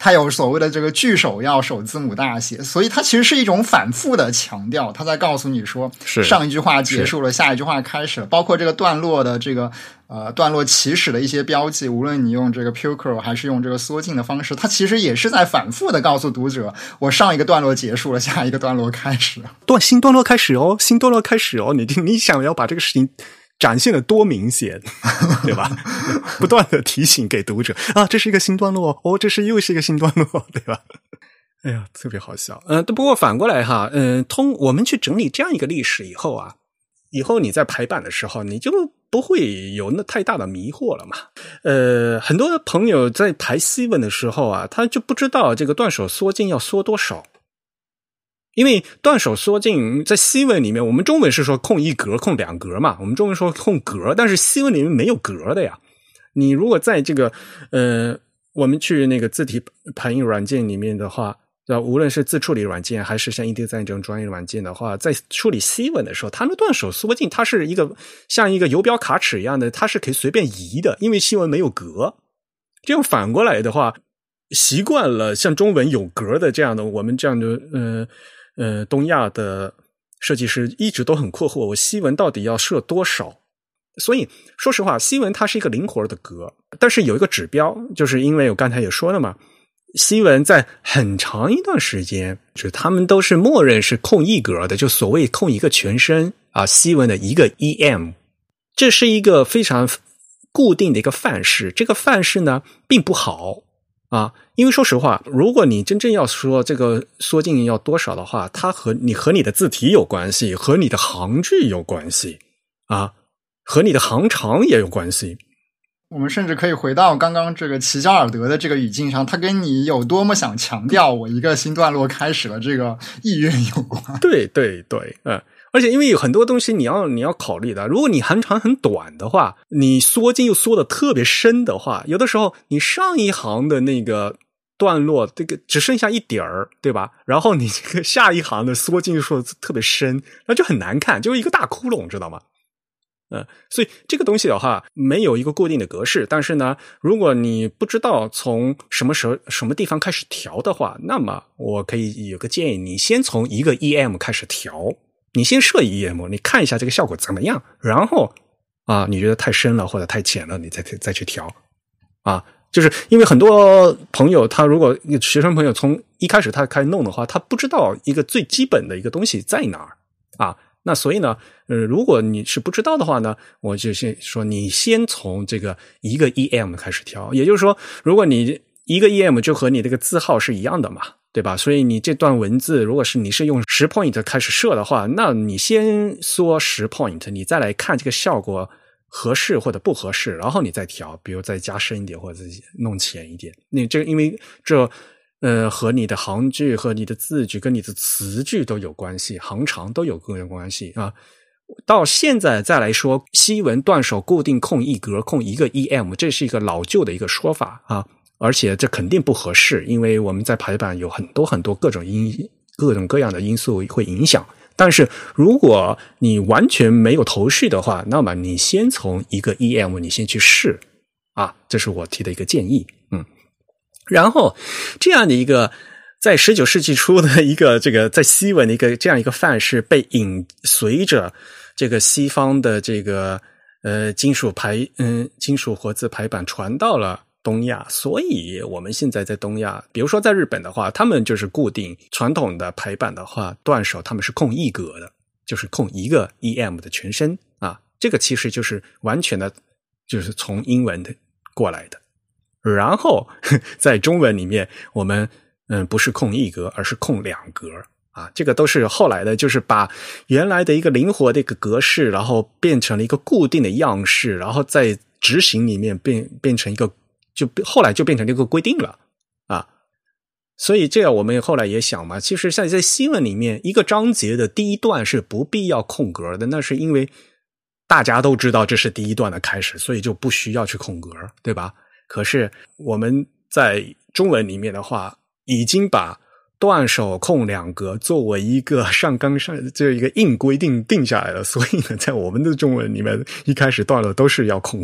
它有所谓的这个句首要首字母大写，所以它其实是一种反复的强调，它在告诉你说上一句话结束了，下一句话开始了，包括这个段落的这个呃段落起始的一些标记，无论你用这个 Pilker 还是用这个缩进的方式，它其实也是在反复的告诉读者，我上一个段落结束了，下一个段落开始了， 段新段落开始哦，新段落开始哦，你你想要把这个事情展现的多明显，对吧？不断的提醒给读者啊，这是一个新段落哦，这是又是一个新段落，对吧？哎呀，特别好笑。嗯、呃，不过反过来哈，嗯、呃，通我们去整理这样一个历史以后啊，以后你在排版的时候，你就不会有那太大的迷惑了嘛。呃，很多朋友在排西文的时候啊，他就不知道这个段首缩进要缩多少。因为段首缩进在西文里面，我们中文是说空一格空两格嘛，我们中文说空格，但是西文里面没有格的呀。你如果在这个呃我们去那个字体排印软件里面的话，无论是自处理软件还是像 InDesign 这种专业软件的话，在处理西文的时候，它的段首缩进它是一个像一个游标卡尺一样的，它是可以随便移的，因为西文没有格。这样反过来的话，习惯了像中文有格的这样的我们这样的呃呃，东亚的设计师一直都很困惑，我西文到底要设多少？所以说实话，西文它是一个灵活的格，但是有一个指标，就是因为我刚才也说了嘛，西文在很长一段时间，就是他们都是默认是空一格的，就所谓空一个全身啊，西文的一个 E M， 这是一个非常固定的一个范式，这个范式呢并不好。啊，因为说实话，如果你真正要说这个缩进要多少的话，它和你和你的字体有关系，和你的行距有关系，啊，和你的行长也有关系。 我们甚至可以回到刚刚这个齐加尔德的这个语境上，他跟你有多么想强调我一个新段落开始了这个意愿有关。 对对对，嗯。而且因为有很多东西你要你要考虑的，如果你行长很短的话，你缩进又缩的特别深的话，有的时候你上一行的那个段落这个只剩下一点儿，对吧？然后你这个下一行的缩进又缩的特别深，那就很难看，就是一个大窟窿，知道吗？呃，所以这个东西的话没有一个固定的格式，但是呢，如果你不知道从什么时候什么地方开始调的话，那么我可以有个建议，你先从一个 E M 开始调。你先设 E M， 你看一下这个效果怎么样，然后啊，你觉得太深了或者太浅了，你再再去调啊。就是因为很多朋友，他如果学生朋友从一开始他开始弄的话，他不知道一个最基本的一个东西在哪儿啊。那所以呢，呃，如果你是不知道的话呢，我就先说你先从这个一个 E M 开始调，也就是说，如果你一个 E M 就和你这个字号是一样的嘛。对吧？所以你这段文字，如果是你是用十 point 开始设的话，那你先缩十 point， 你再来看这个效果合适或者不合适，然后你再调，比如再加深一点或者弄浅一点。那这因为这呃和你的行距和你的字距跟你的词距都有关系，行长都有个人关系啊。到现在再来说，西文段首固定空一格空一个 E M， 这是一个老旧的一个说法啊。而且这肯定不合适，因为我们在排版有很多很多各种因各种各样的因素会影响。但是如果你完全没有头绪的话，那么你先从一个 E M 你先去试啊，这是我提的一个建议。嗯，然后这样的一个在十九世纪初的一个这个在西文的一个这样一个范式被引随着这个西方的这个呃金属排嗯金属活字排版传到了东亚，所以我们现在在东亚，比如说在日本的话，他们就是固定传统的排版的话，段首他们是空一格的，就是空一个 E M 的全身啊，这个其实就是完全的，就是从英文的过来的。然后在中文里面，我们嗯不是空一格，而是空两格啊，这个都是后来的，就是把原来的一个灵活的一个格式，然后变成了一个固定的样式，然后在执行里面变变成一个。就后来就变成这个规定了啊，所以这样我们后来也想嘛，其实像在西文里面，一个章节的第一段是不必要空格的，那是因为大家都知道这是第一段的开始，所以就不需要去空格，对吧？可是我们在中文里面的话，已经把段首空两格作为一个上纲上这一个硬规定定下来了，所以呢，在我们的中文里面，一开始段落都是要空。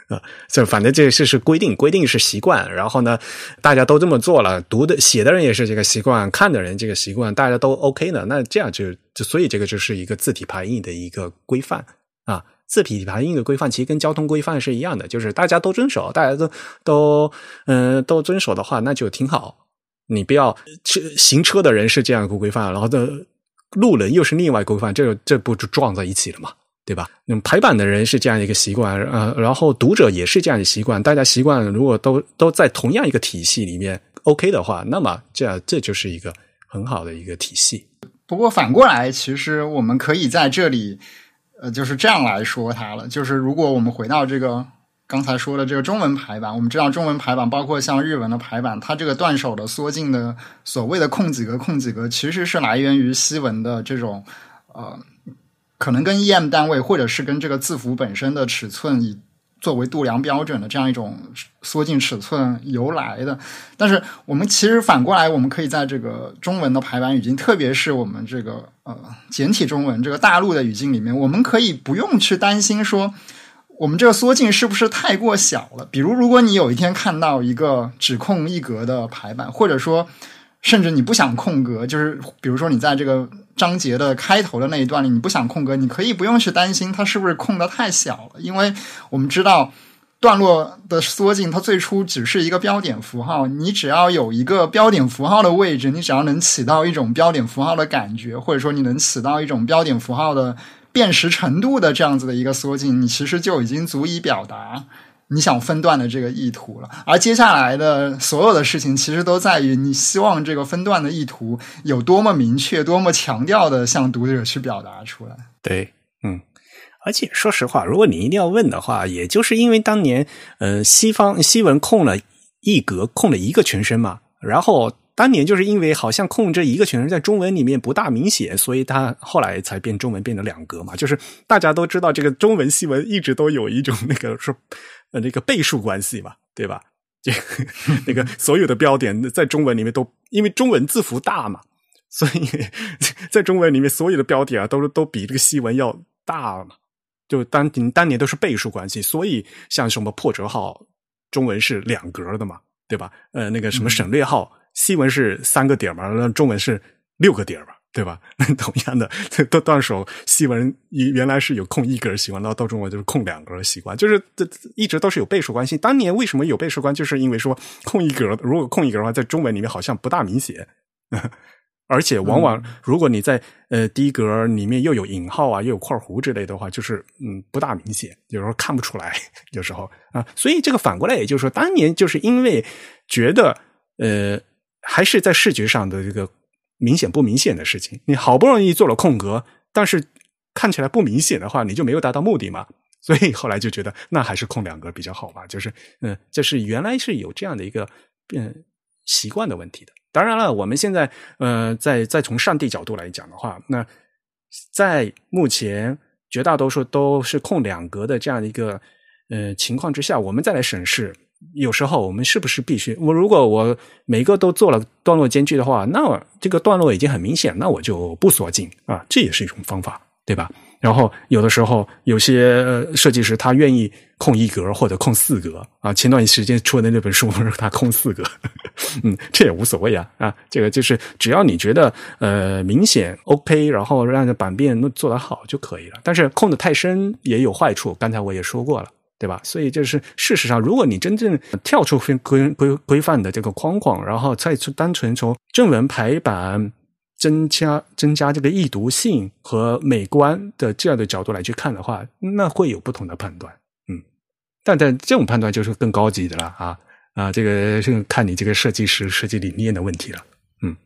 呃，这反正这是是规定，规定是习惯，然后呢，大家都这么做了，读的写的人也是这个习惯，看的人这个习惯，大家都 OK 的，那这样就就所以这个就是一个字体排印的一个规范啊。字体排印的规范其实跟交通规范是一样的，就是大家都遵守，大家都都嗯、呃、都遵守的话，那就挺好。你不要行车的人是这样一个规范，然后的路人又是另外一个规范，这这不就撞在一起了吗？对吧？嗯，排版的人是这样一个习惯，呃，然后读者也是这样的习惯，大家习惯如果都都在同样一个体系里面 OK 的话，那么这样这就是一个很好的一个体系。 不过反过来，其实我们可以在这里，呃，就是这样来说它了。就是如果我们回到这个刚才说的这个中文排版，我们知道中文排版包括像日文的排版，它这个断手的缩进的所谓的空几格空几格，其实是来源于西文的这种呃。可能跟 E M 单位或者是跟这个字符本身的尺寸以作为度量标准的这样一种缩进尺寸由来的。但是我们其实反过来，我们可以在这个中文的排版语境，特别是我们这个呃简体中文这个大陆的语境里面，我们可以不用去担心说我们这个缩进是不是太过小了。比如如果你有一天看到一个只空一格的排版，或者说甚至你不想空格，就是比如说你在这个章节的开头的那一段里你不想空格，你可以不用去担心它是不是空得太小了，因为我们知道段落的缩进它最初只是一个标点符号，你只要有一个标点符号的位置，你只要能起到一种标点符号的感觉，或者说你能起到一种标点符号的辨识程度的这样子的一个缩进，你其实就已经足以表达你想分段的这个意图了。而接下来的所有的事情其实都在于你希望这个分段的意图有多么明确多么强调的向读者去表达出来。 对，嗯，而且说实话，如果你一定要问的话，也就是因为当年呃西方西文空了一格，空了一个全身嘛，然后当年就是因为好像空这一个全身在中文里面不大明显，所以它后来才变中文变成两格嘛。就是大家都知道这个中文西文一直都有一种那个说呃那个倍数关系嘛，对吧？这那个所有的标点在中文里面都因为中文字符大嘛，所以在中文里面所有的标点啊都都比这个西文要大嘛，就当当年都是倍数关系，所以像什么破折号中文是两格的嘛，对吧？呃那个什么省略号、嗯、西文是三个点嘛，那中文是六个点嘛，对吧？同样的，都断手西文原来是有空一格的习惯，到到中文就是空两格的习惯，就是这一直都是有倍数关系。当年为什么有倍数关系，就是因为说空一格，如果空一格的话，在中文里面好像不大明显，而且往往如果你在呃第一格里面又有引号啊，又有括弧之类的话，就是嗯不大明显，有时候看不出来，有时候啊，所以这个反过来也就是说，当年就是因为觉得呃还是在视觉上的这个明显不明显的事情，你好不容易做了空格，但是看起来不明显的话，你就没有达到目的嘛。所以后来就觉得那还是空两格比较好吧，就是嗯，这是原来是有这样的一个嗯习惯的问题的。当然了，我们现在呃再再从上帝角度来讲的话，那在目前绝大多数都是空两格的这样的一个呃情况之下，我们再来审视。有时候我们是不是必须我如果我每个都做了段落间距的话，那这个段落已经很明显，那我就不缩进啊，这也是一种方法，对吧？然后有的时候有些设计师他愿意空一格或者空四格啊，前段时间出的那本书他空四格嗯，这也无所谓啊啊，这个就是只要你觉得呃明显 OK， 然后让版面做得好就可以了。但是空得太深也有坏处，刚才我也说过了，对吧？所以就是事实上，如果你真正跳出规规规范的这个框框，然后再单纯从正文排版增加增加这个易读性和美观的这样的角度来去看的话，那会有不同的判断。嗯，但但这种判断就是更高级的了啊啊，这个是看你这个设计师设计理念的问题了。嗯。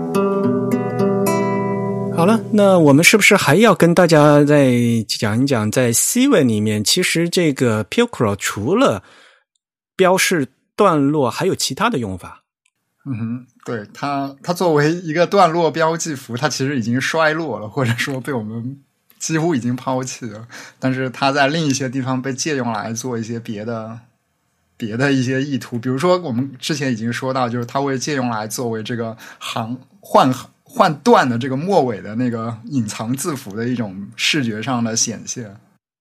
好了，那我们是不是还要跟大家再讲一讲，在西文里面，其实这个 pilcrow 除了标示段落，还有其他的用法？ 嗯哼，对，它它作为一个段落标记符，它其实已经衰落了，或者说被我们几乎已经抛弃了。但是它在另一些地方被借用来做一些别的别的一些意图，比如说我们之前已经说到，就是它会借用来作为这个行换换段的这个末尾的那个隐藏字符的一种视觉上的显现。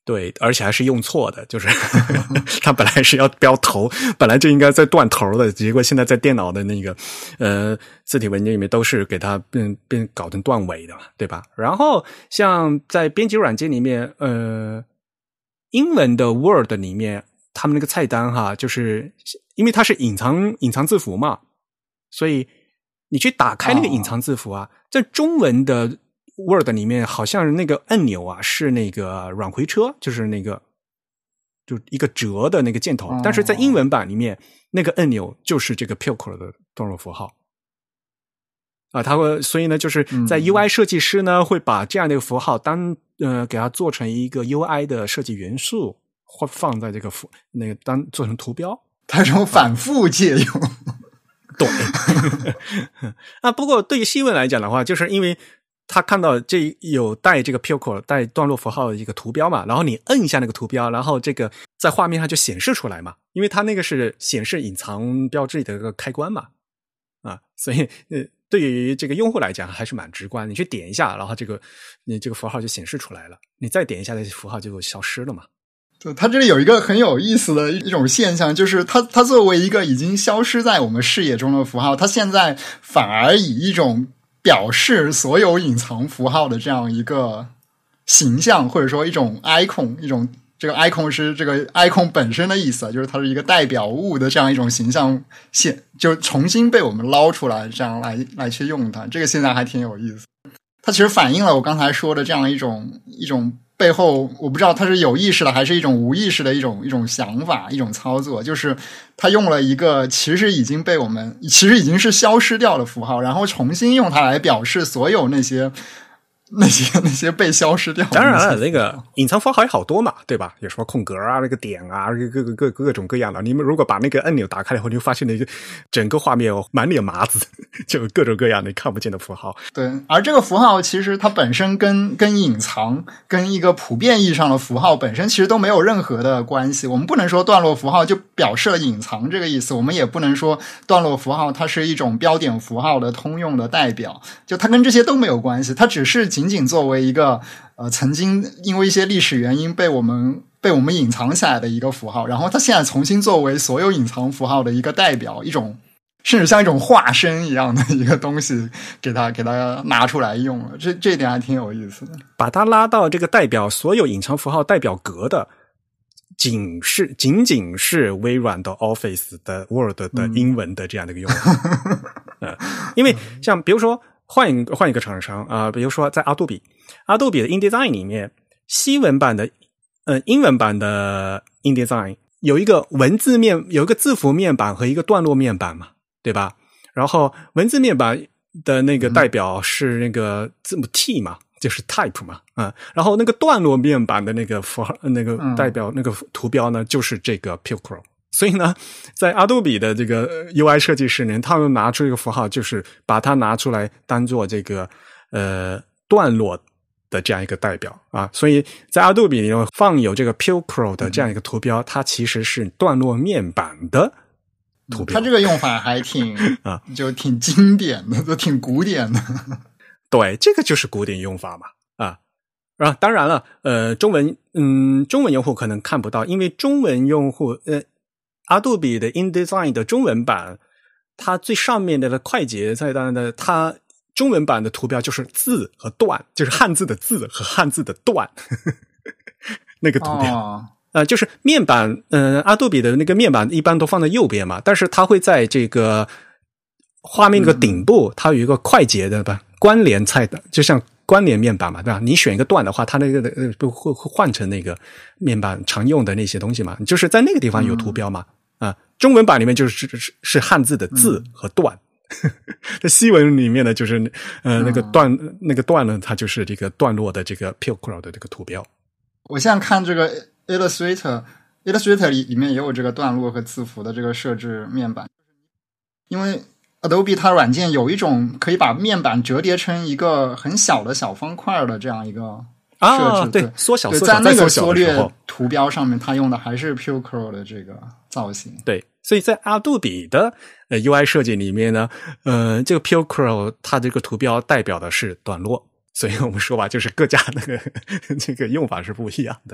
对，而且还是用错的，就是它本来是要标头，本来就应该在断头的，结果现在在电脑的那个呃字体文件里面都是给它变变搞成断尾的嘛，对吧？然后像在编辑软件里面，呃，英文的 Word 里面，他们那个菜单哈，就是因为它是隐藏隐藏字符嘛，所以你去打开那个隐藏字符啊，哦、在中文的 Word 里面好像那个按钮啊是那个软回车，就是那个就一个折的那个箭头， 哦、 但是在英文版里面那个按钮就是这个 Pilcrow 的段落符号啊，它会所以呢就是在 U I 设计师呢、嗯、会把这样的一个符号当呃给它做成一个 U I 的设计元素，或放在这个符那个当做成图标， 它这种反复借用。 对啊，不过对于西文来讲的话，就是因为他看到这有带这个 Pilcrow 带段落符号的一个图标嘛，然后你摁一下那个图标，然后这个在画面上就显示出来嘛，因为它那个是显示隐藏标志的一个开关嘛，啊，所以呃对于这个用户来讲还是蛮直观，你去点一下，然后这个你这个符号就显示出来了，你再点一下，这符号就消失了嘛。 对，它这里有一个很有意思的一种现象，就是它它作为一个已经消失在我们视野中的符号，它现在反而以一种表示所有隐藏符号的这样一个形象，或者说一种 icon， 一种这个 icon 是这个 icon 本身的意思，就是它是一个代表物的这样一种形象现，就重新被我们捞出来，这样来来去用它，这个现在还挺有意思。它其实反映了我刚才说的这样一种一种背后，我不知道它是有意识的还是一种无意识的一种一种想法，一种操作，就是它用了一个其实已经被我们其实已经是消失掉的符号，然后重新用它来表示所有那些那些那些被消失掉的。 当然了，那个隐藏符号也好多嘛，对吧？有什么空格啊，那个点啊，各个各各种各样的。你们如果把那个按钮打开了以后，你会发现那个整个画面哦，满脸麻子，就各种各样的看不见的符号。 对，而这个符号其实它本身跟跟隐藏、跟一个普遍意义上的符号本身其实都没有任何的关系。我们不能说段落符号就表示了隐藏这个意思，我们也不能说段落符号它是一种标点符号的通用的代表，就它跟这些都没有关系，它只是仅仅作为一个呃曾经因为一些历史原因被我们被我们隐藏起来的一个符号，然后它现在重新作为所有隐藏符号的一个代表，一种甚至像一种化身一样的一个东西，给它给它拿出来用了，这这一点还挺有意思的。 把它拉到这个代表所有隐藏符号代表格的，仅是仅仅是微软的 Office 的 Word 的英文的这样的一个用法。嗯呃、因为像比如说。换一个换一个厂商啊、呃，比如说在 Adobe，Adobe 的 InDesign 里面，西文版的呃英文版的 InDesign 有一个文字面，有一个字符面板和一个段落面板嘛，对吧？然后文字面板的那个代表是那个字母 T 嘛，就是 type 嘛，啊、嗯，然后那个段落面板的那个符号那个代表那个图标呢，就是这个 Pilcrow。所以呢，在 Adobe 的这个 U I 设计师呢，他们拿出一个符号，就是把它拿出来当做这个呃段落的这样一个代表啊。所以在 Adobe 里面放有这个 Pilcrow 的这样一个图标，嗯、它其实是段落面板的图标。 它这个用法还挺啊，就挺经典的，都挺古典的。 对，这个就是古典用法嘛啊。然后当然了，呃，中文嗯，中文用户可能看不到，因为中文用户呃。Adobe 的 InDesign 的中文版，它最上面的快捷菜单的，它中文版的图标就是字和段，就是汉字的字和汉字的段，那个图标。 哦、 呃，就是面板，呃 ，Adobe 的那个面板一般都放在右边嘛，但是它会在这个画面那个顶部，嗯、它有一个快捷的吧关联菜单，就像关联面板嘛，对吧？你选一个段的话，它那个呃不会会换成那个面板常用的那些东西嘛，就是在那个地方有图标嘛。嗯啊，中文版里面就是是是汉字的字和段，在、嗯、西文里面呢，就是呃那个段、嗯、那个段呢，它就是这个段落的这个 Pilcrow 的这个图标。 我现在看这个 Illustrator，Illustrator 里里面也有这个段落和字符的这个设置面板，因为 Adobe 它软件有一种可以把面板折叠成一个很小的小方块的这样一个。 啊， 对， 对，缩小， 对， 缩小， 在那个缩略图标上面，它用的还是 Pilcrow 的这个造型。 对，所以在 Adobe 的呃 U I 设计里面呢，呃，这个 Pilcrow 它这个图标代表的是段落，所以我们说吧，就是各家那个这个用法是不一样的。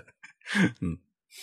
嗯。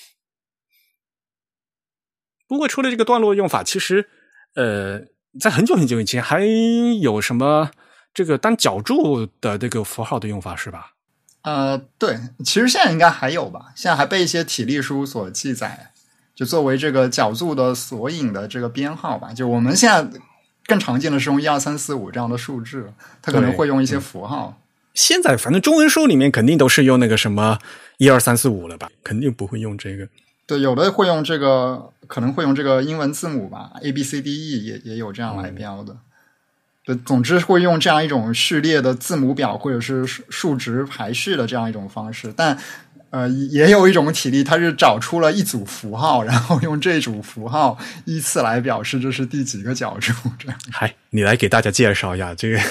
不过除了这个段落用法，其实呃，在很久很久以前还有什么这个当脚注的这个符号的用法是吧？ 呃，对，其实现在应该还有吧，现在还被一些体例书所记载，就作为这个脚注的索引的这个编号吧。就我们现在更常见的是用一二三四五这样的数字，它可能会用一些符号。 现在反正中文书里面肯定都是用那个什么一二三四五了吧，肯定不会用这个。 对，有的会用这个，可能会用这个英文字母吧 ，A B C D E 也也有这样来标的。嗯、对，总之会用这样一种序列的字母表或者是数值排序的这样一种方式。但呃，也有一种体例，它是找出了一组符号，然后用这组符号依次来表示这是第几个角注。这样， 嗨，你来给大家介绍一下这个，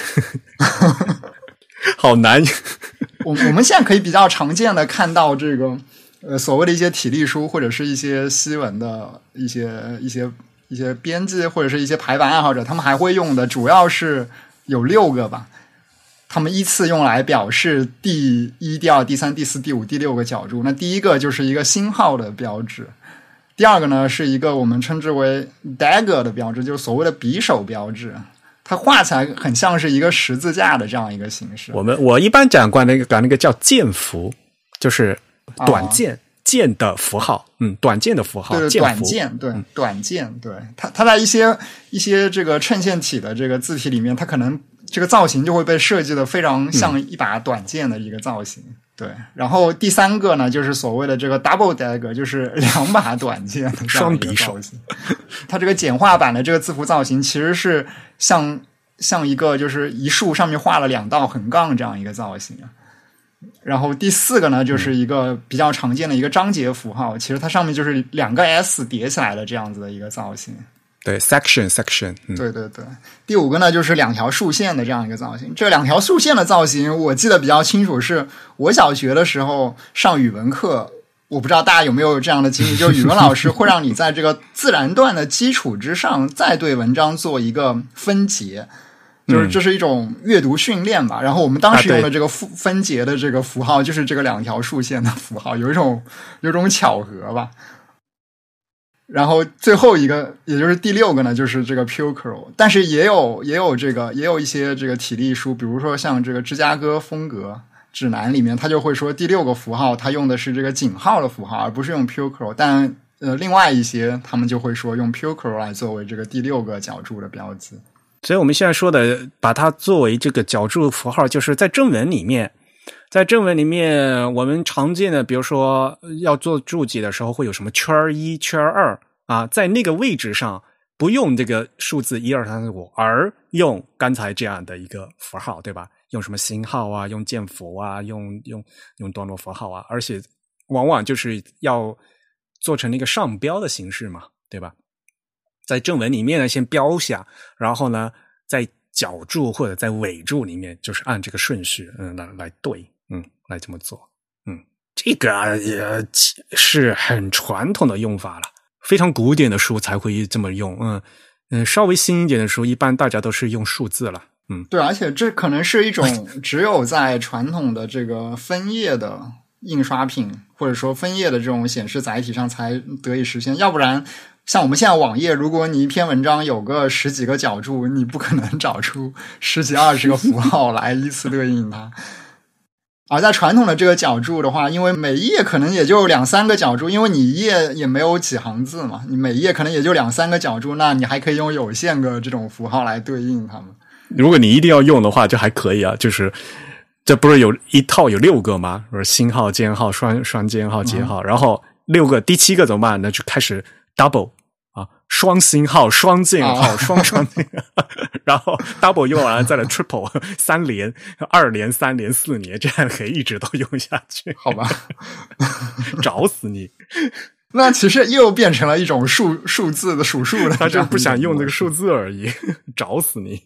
好难。 我我们现在可以比较常见的看到这个。呃，所谓的一些体例书或者是一些西文的一些一些一些编辑或者是一些排版爱好者，他们还会用的主要是有六个吧，他们依次用来表示第一、第二、第三、第四、第五、第六个角注。那第一个就是一个星号的标志，第二个呢是一个我们称之为 dagger 的标志，就是所谓的匕首标志，它画起来很像是一个十字架的这样一个形式。 我们我一般讲过那个讲那个叫剑符，就是短剑、哦、剑的符号，嗯，短剑的符号， 对， 剑短剑，对，嗯、短剑，对，它它在一些一些这个衬线体的这个字体里面，它可能这个造型就会被设计的非常像一把短剑的一个造型，嗯、对。然后第三个呢，就是所谓的这个 double dagger， 就是两把短剑的双匕首。 它这个简化版的这个字符造型，其实是像像一个就是一竖上面画了两道横杠这样一个造型啊。然后第四个呢，就是一个比较常见的一个章节符号，嗯、其实它上面就是两个 S 叠起来的这样子的一个造型。 对 ，section section，嗯、 对对对。第五个呢，就是两条竖线的这样一个造型。这两条竖线的造型，我记得比较清楚，是我小学的时候上语文课，我不知道大家有没有这样的经历，就是语文老师会让你在这个自然段的基础之上，再对文章做一个分解。就是这是一种阅读训练吧，然后我们当时用的这个分节的这个符号就是这个两条竖线的符号，有一种有一种巧合吧。然后最后一个，也就是第六个呢，就是这个 Pucro， 但是也有也有这个也有一些这个体例书，比如说像这个芝加哥风格指南里面，它就会说第六个符号它用的是这个井号的符号，而不是用 Pucro， 但呃另外一些他们就会说用 Pucro 来作为这个第六个角注的标志。 所以我们现在说的把它作为这个角注符号，就是在正文里面，在正文里面我们常见的比如说要做注解的时候会有什么圈一圈二啊，在那个位置上不用这个数字一二三四五，而用刚才这样的一个符号，对吧？用什么星号啊，用剑符啊，用用用段落符号啊，而且往往就是要做成那个上标的形式嘛，对吧？在正文里面呢先标下，然后呢在角注或者在尾注里面就是按这个顺序嗯来来对嗯来这么做。嗯这个也是很传统的用法了，非常古典的书才会这么用。嗯嗯稍微新一点的书一般大家都是用数字了。嗯对，而且这可能是一种只有在传统的这个分页的印刷品或者说分页的这种显示载体上才得以实现，要不然像我们现在网页，如果你一篇文章有个十几个角注，你不可能找出十几二十个符号来依次对应它。而在传统的这个角注的话，因为每一页可能也就两三个角注，因为你一页也没有几行字嘛，你每一页可能也就两三个角注，那你还可以用有限个这种符号来对应它们。 如果你一定要用的话，就还可以啊，就是这不是有一套有六个吗？或者星号、尖号、双双尖号、节号，嗯、然后六个，第七个怎么办？那就开始 double 啊，双星号、双箭号、双双箭号，然后 double 用完了再来 triple 三连、二连、三连、四连，这样可以一直都用下去。 好吧， 找死你！ 那其实又变成了一种数数字的数数了， 他就不想用这个数字而已，找死你！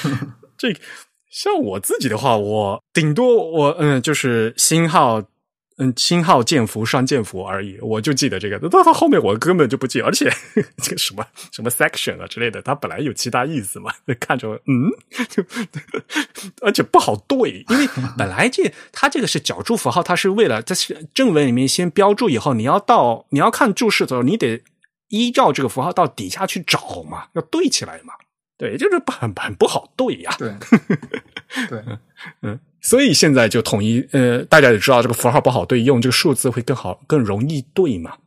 这像我自己的话，我顶多我嗯就是星号嗯，星号剑符双剑符而已，我就记得这个。到它后面我根本就不记得，而且这个什么什么 section 啊之类的，它本来有其他意思嘛，看着嗯，就而且不好对，因为本来这它这个是脚注符号，它是为了在正文里面先标注以后，你要到你要看注释的时候，你得依照这个符号到底下去找嘛，要对起来嘛。对，就是很很不好对呀。 对，对， 嗯，所以现在就统一，呃，大家也知道这个符号不好对，用这个数字会更好，更容易对嘛。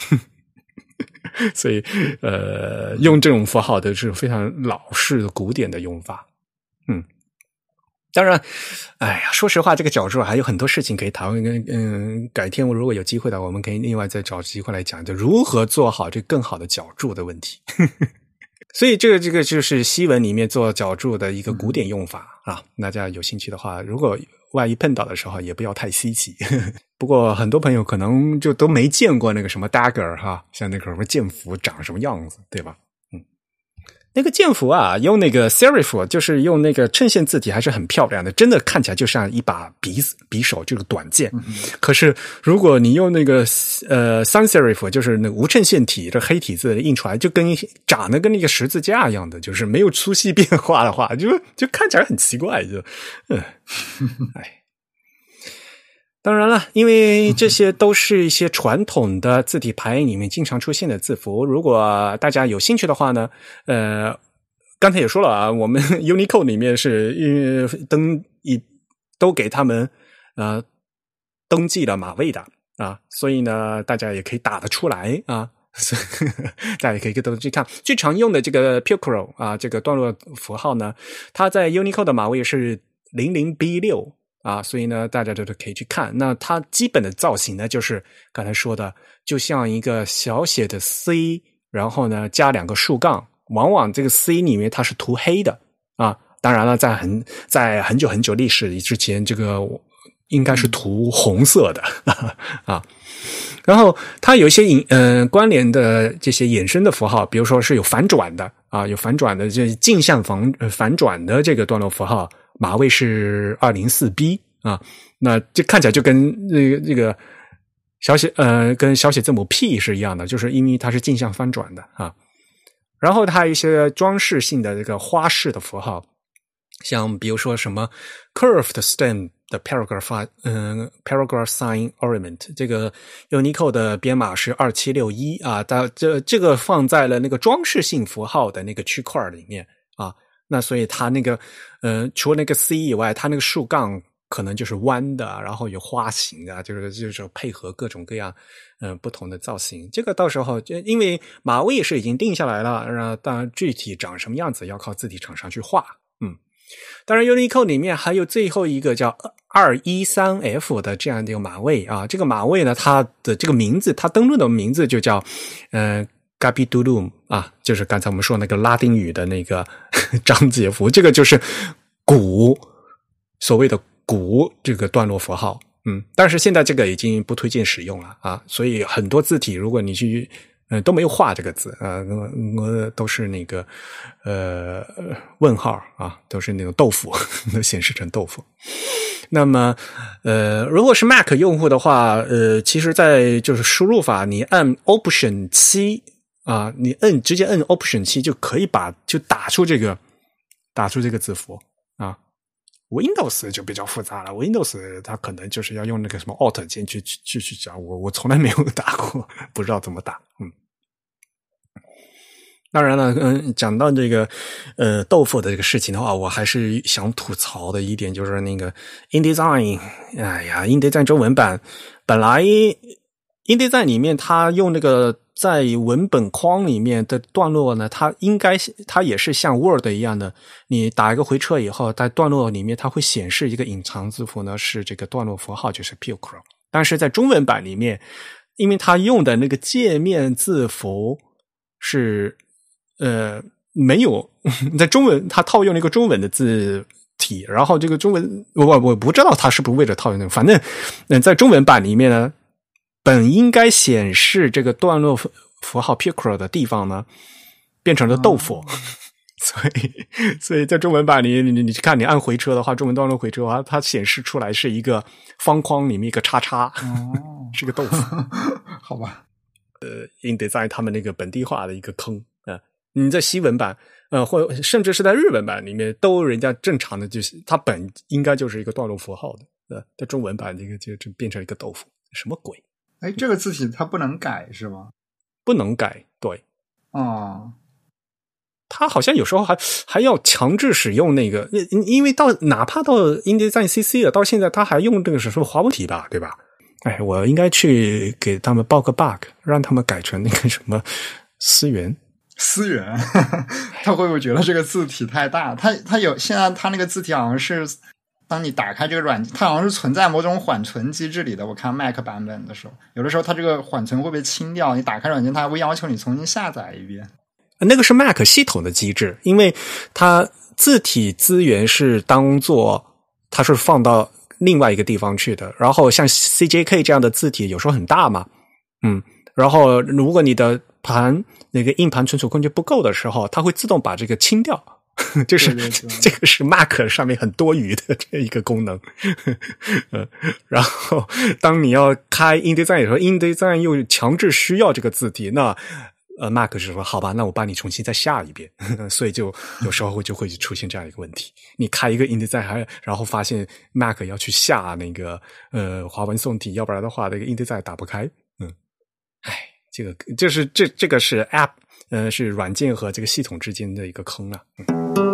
所以，呃，用这种符号的是非常老式的古典的用法。嗯，当然，哎呀，说实话，这个角注还有很多事情可以讨论。嗯，改天我如果有机会的话，我们可以另外再找机会来讲，就如何做好这更好的角注的问题。所以这个这个就是西文里面做角注的一个古典用法、嗯、啊，大家有兴趣的话，如果万一碰到的时候也不要太稀奇。不过很多朋友可能就都没见过那个什么 dagger 哈，像那个什么剑符长什么样子，对吧？嗯，那个剑符啊，用那个 serif 就是用那个衬线字体还是很漂亮的，真的看起来就像一把匕匕首，这个短剑、嗯、可是如果你用那个呃 sans serif 就是那个无衬线体这黑体字印出来，就跟长得跟那个十字架一样的，就是没有粗细变化的话，就就看起来很奇怪，就嗯哎。当然了，因为这些都是一些传统的字体排印里面经常出现的字符，如果大家有兴趣的话呢，呃，刚才也说了啊，我们 Unicode 里面是登一都给他们呃登记了码位的啊，所以呢，大家也可以打得出来啊，大家也可以都去看。最常用的这个 Pilcrow 啊，这个段落符号呢，它在 Unicode 的码位是 零零 B 六。啊，所以呢，大家都可以去看。那它基本的造型呢，就是刚才说的，就像一个小写的 C， 然后呢加两个竖杠。往往这个 C 里面它是涂黑的啊。当然了，在很在很久很久历史之前，这个应该是涂红色的啊。然后它有一些引呃关联的这些衍生的符号，比如说是有反转的啊，有反转的，就是镜像反反转的这个段落符号。码位是 二零四 B 啊，那这看起来就跟这个这个小写呃跟小写字母 P 是一样的，就是因为它是镜像翻转的啊。然后它还有一些装饰性的这个花式的符号，像比如说什么 curved stem 的 paragraph 嗯、呃、paragraph sign ornament， 这个 Unicode 的编码是二七六一啊，它这这个放在了那个装饰性符号的那个区块里面啊。那所以它那个呃除了那个 C 以外，它那个竖杠可能就是弯的，然后有花形的，就是就是配合各种各样嗯、呃、不同的造型。这个到时候因为码位是已经定下来了，那当然具体长什么样子要靠字体厂商去画。嗯，当然 Unicode 里面还有最后一个叫二一三 F 的这样的一个码位啊，这个码位呢，它的这个名字，它登录的名字就叫呃Capitulum 啊，就是刚才我们说那个拉丁语的那个章节符，这个就是古所谓的古这个段落符号，嗯，但是现在这个已经不推荐使用了啊，所以很多字体如果你去呃都没有画这个字啊，呃都是那个呃问号啊，都是那种豆腐都显示成豆腐。那么呃如果是 Mac 用户的话，呃其实在就是输入法你按 Option 七啊，你摁直接摁 Option 七就可以把就打出这个打出这个字符啊。Windows 就比较复杂了 ，Windows 它可能就是要用那个什么 Alt 键去去去找，我我从来没有打过，不知道怎么打。嗯，当然了，嗯，讲到这个呃豆腐的这个事情的话，我还是想吐槽的一点就是那个 InDesign， 哎呀 ，InDesign 中文版本来 InDesign 里面它用那个。在文本框里面的段落呢，它应该它也是像 Word 一样的，你打一个回车以后，在段落里面它会显示一个隐藏字符呢，是这个段落符号，就是 Pilcrow。但是在中文版里面，因为它用的那个界面字符是呃没有在中文，它套用了一个中文的字体，然后这个中文我我不知道它是不是为了套用那个，反正嗯在中文版里面呢。本应该显示这个段落符号 Pilcrow 的地方呢，变成了豆腐， 所以，所以在中文版里，你你去看，你按回车的话，中文段落回车的话，它显示出来是一个方框里面一个叉叉，哦，是个豆腐， 好吧？ 呃 ，InDesign 他们那个本地化的一个坑啊、呃。你在西文版，呃，或甚至是在日文版里面，都人家正常的就是它本应该就是一个段落符号的，呃，在中文版这个就就变成一个豆腐，什么鬼？ 哎，这个字体它不能改是吗？ 不能改，对， 哦。 他好像有时候还还要强制使用那个，因为到哪怕到 InDesign C C 了，到现在他还用这个什么华文体吧，对吧？哎，我应该去给他们报个 bug， 让他们改成那个什么思源。 思源，他会不会觉得这个字体太大？他他有现在他那个字体好像是，当你打开这个软件，它好像是存在某种缓存机制里的。我看 Mac 版本的时候，有的时候它这个缓存会被清掉，你打开软件，它还会要求你重新下载一遍。 那个是 Mac 系统的机制，因为它字体资源是当做它是放到另外一个地方去的，然后像 C J K 这样的字体有时候很大嘛，嗯，然后如果你的盘那个硬盘存储空间不够的时候，它会自动把这个清掉，就是对对对这个是 Mac 上面很多余的这一个功能。嗯，然后当你要开 InDesign 的时候 ，InDesign 又强制需要这个字体，那呃 Mac 是说好吧，那我帮你重新再下一遍，所以就有时候就会出现这样一个问题。你开一个 InDesign 还然后发现 Mac 要去下那个呃华文宋体，要不然的话那个 InDesign 打不开。嗯，唉。这个就是这这个是 App， 呃，是软件和这个系统之间的一个坑啊。嗯、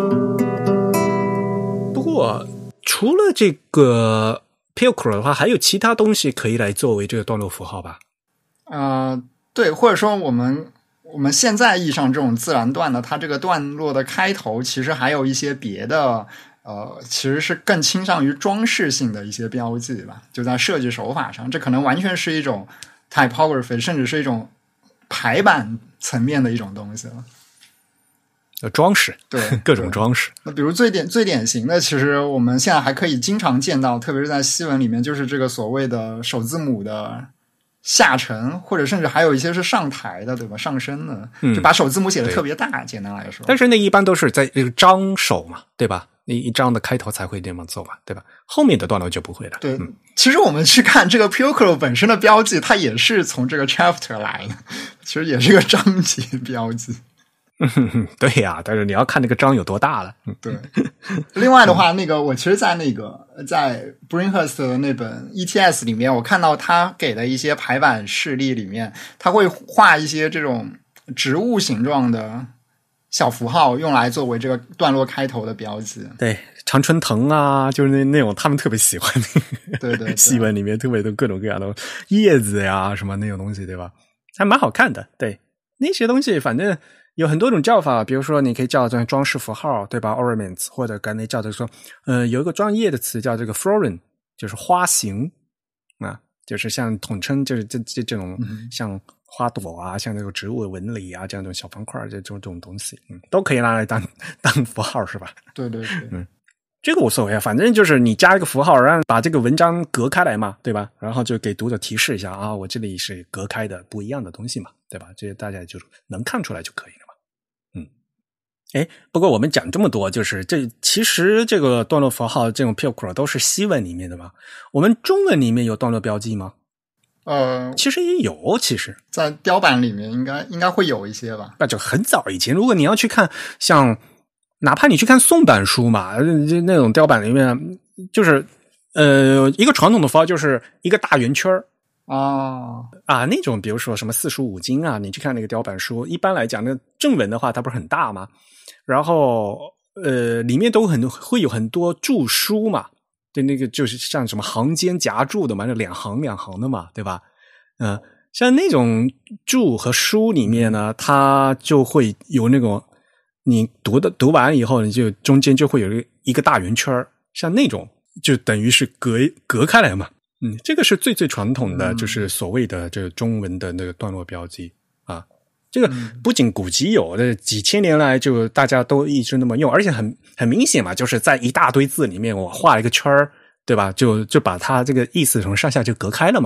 不过除了这个 Pilcrow 的话，还有其他东西可以来作为这个段落符号吧？ 呃，对，或者说我们我们现在意义上这种自然段呢，它这个段落的开头其实还有一些别的。呃，其实是更倾向于装饰性的一些标记吧，就在设计手法上，这可能完全是一种 typography， 甚至是一种排版层面的一种东西了。 呃，装饰， 对， 各种装饰。 那比如最典最典型的，其实我们现在还可以经常见到，特别是在西文里面，就是这个所谓的首字母的下沉，或者甚至还有一些是上抬的，对吧？上升的， 嗯、 就把首字母写的特别大，简单来说。 但是那一般都是在这个章首嘛，对吧？一一章的开头才会这么做吧，对吧？后面的段落就不会了。 对， 嗯、 其实我们去看这个 Pilcrow 本身的标记，它也是从这个 chapter 来的，其实也是个章节标记。 嗯，对呀、啊，但是你要看那个章有多大了。嗯、 对。另外的话，那个我其实在那个在 Bringhurst 的那本 E T S 里面，我看到他给的一些排版示例里面，他会画一些这种植物形状的小符号，用来作为这个段落开头的标记。 对，常春藤啊，就是那那种他们特别喜欢的。 对 对, 对， 西文里面特别多各种各样的叶子呀，什么那种东西，对吧？还蛮好看的。对，那些东西反正有很多种叫法，比如说你可以叫这装饰符号，对吧 ？ornaments， 或者刚才叫这个说，呃，有一个专业的词叫这个 florin， 就是花形啊，就是像统称就是这这这种像花朵啊，像那个植物纹理啊，这样一种小方块，这种这种东西，嗯，都可以拿来当当符号，是吧？ 对对对， 嗯。这个无所谓啊，反正就是你加一个符号，让把这个文章隔开来嘛，对吧？然后就给读者提示一下啊，我这里是隔开的不一样的东西嘛，对吧？这些大家就能看出来就可以了嘛。嗯，哎，不过我们讲这么多，就是这其实这个段落符号这种 Pilcrow 都是西文里面的嘛，我们中文里面有段落标记吗？ 呃， 其实也有，其实在雕版里面应该应该会有一些吧。 那就很早以前，如果你要去看像。哪怕你去看宋版书嘛，那种雕版里面，就是呃一个传统的符号就是一个大圆圈啊啊那种，比如说什么四书五经啊，你去看那个雕版书，一般来讲，那正文的话它不是很大嘛，然后呃里面都很会有很多注疏嘛，对，那个就是像什么行间夹注的嘛，那两行两行的嘛，对吧？嗯、呃，像那种注和疏里面呢，它就会有那种。你读的读完以后，你就中间就会有一个大圆圈，像那种就等于是隔隔开来嘛。嗯，这个是最最传统的，就是所谓的这个中文的那个段落标记啊。这个不仅古籍有，这几千年来就大家都一直那么用，而且很很明显嘛，就是在一大堆字里面我画一个圈，对吧？就就把它这个意思从上下就隔开了嘛，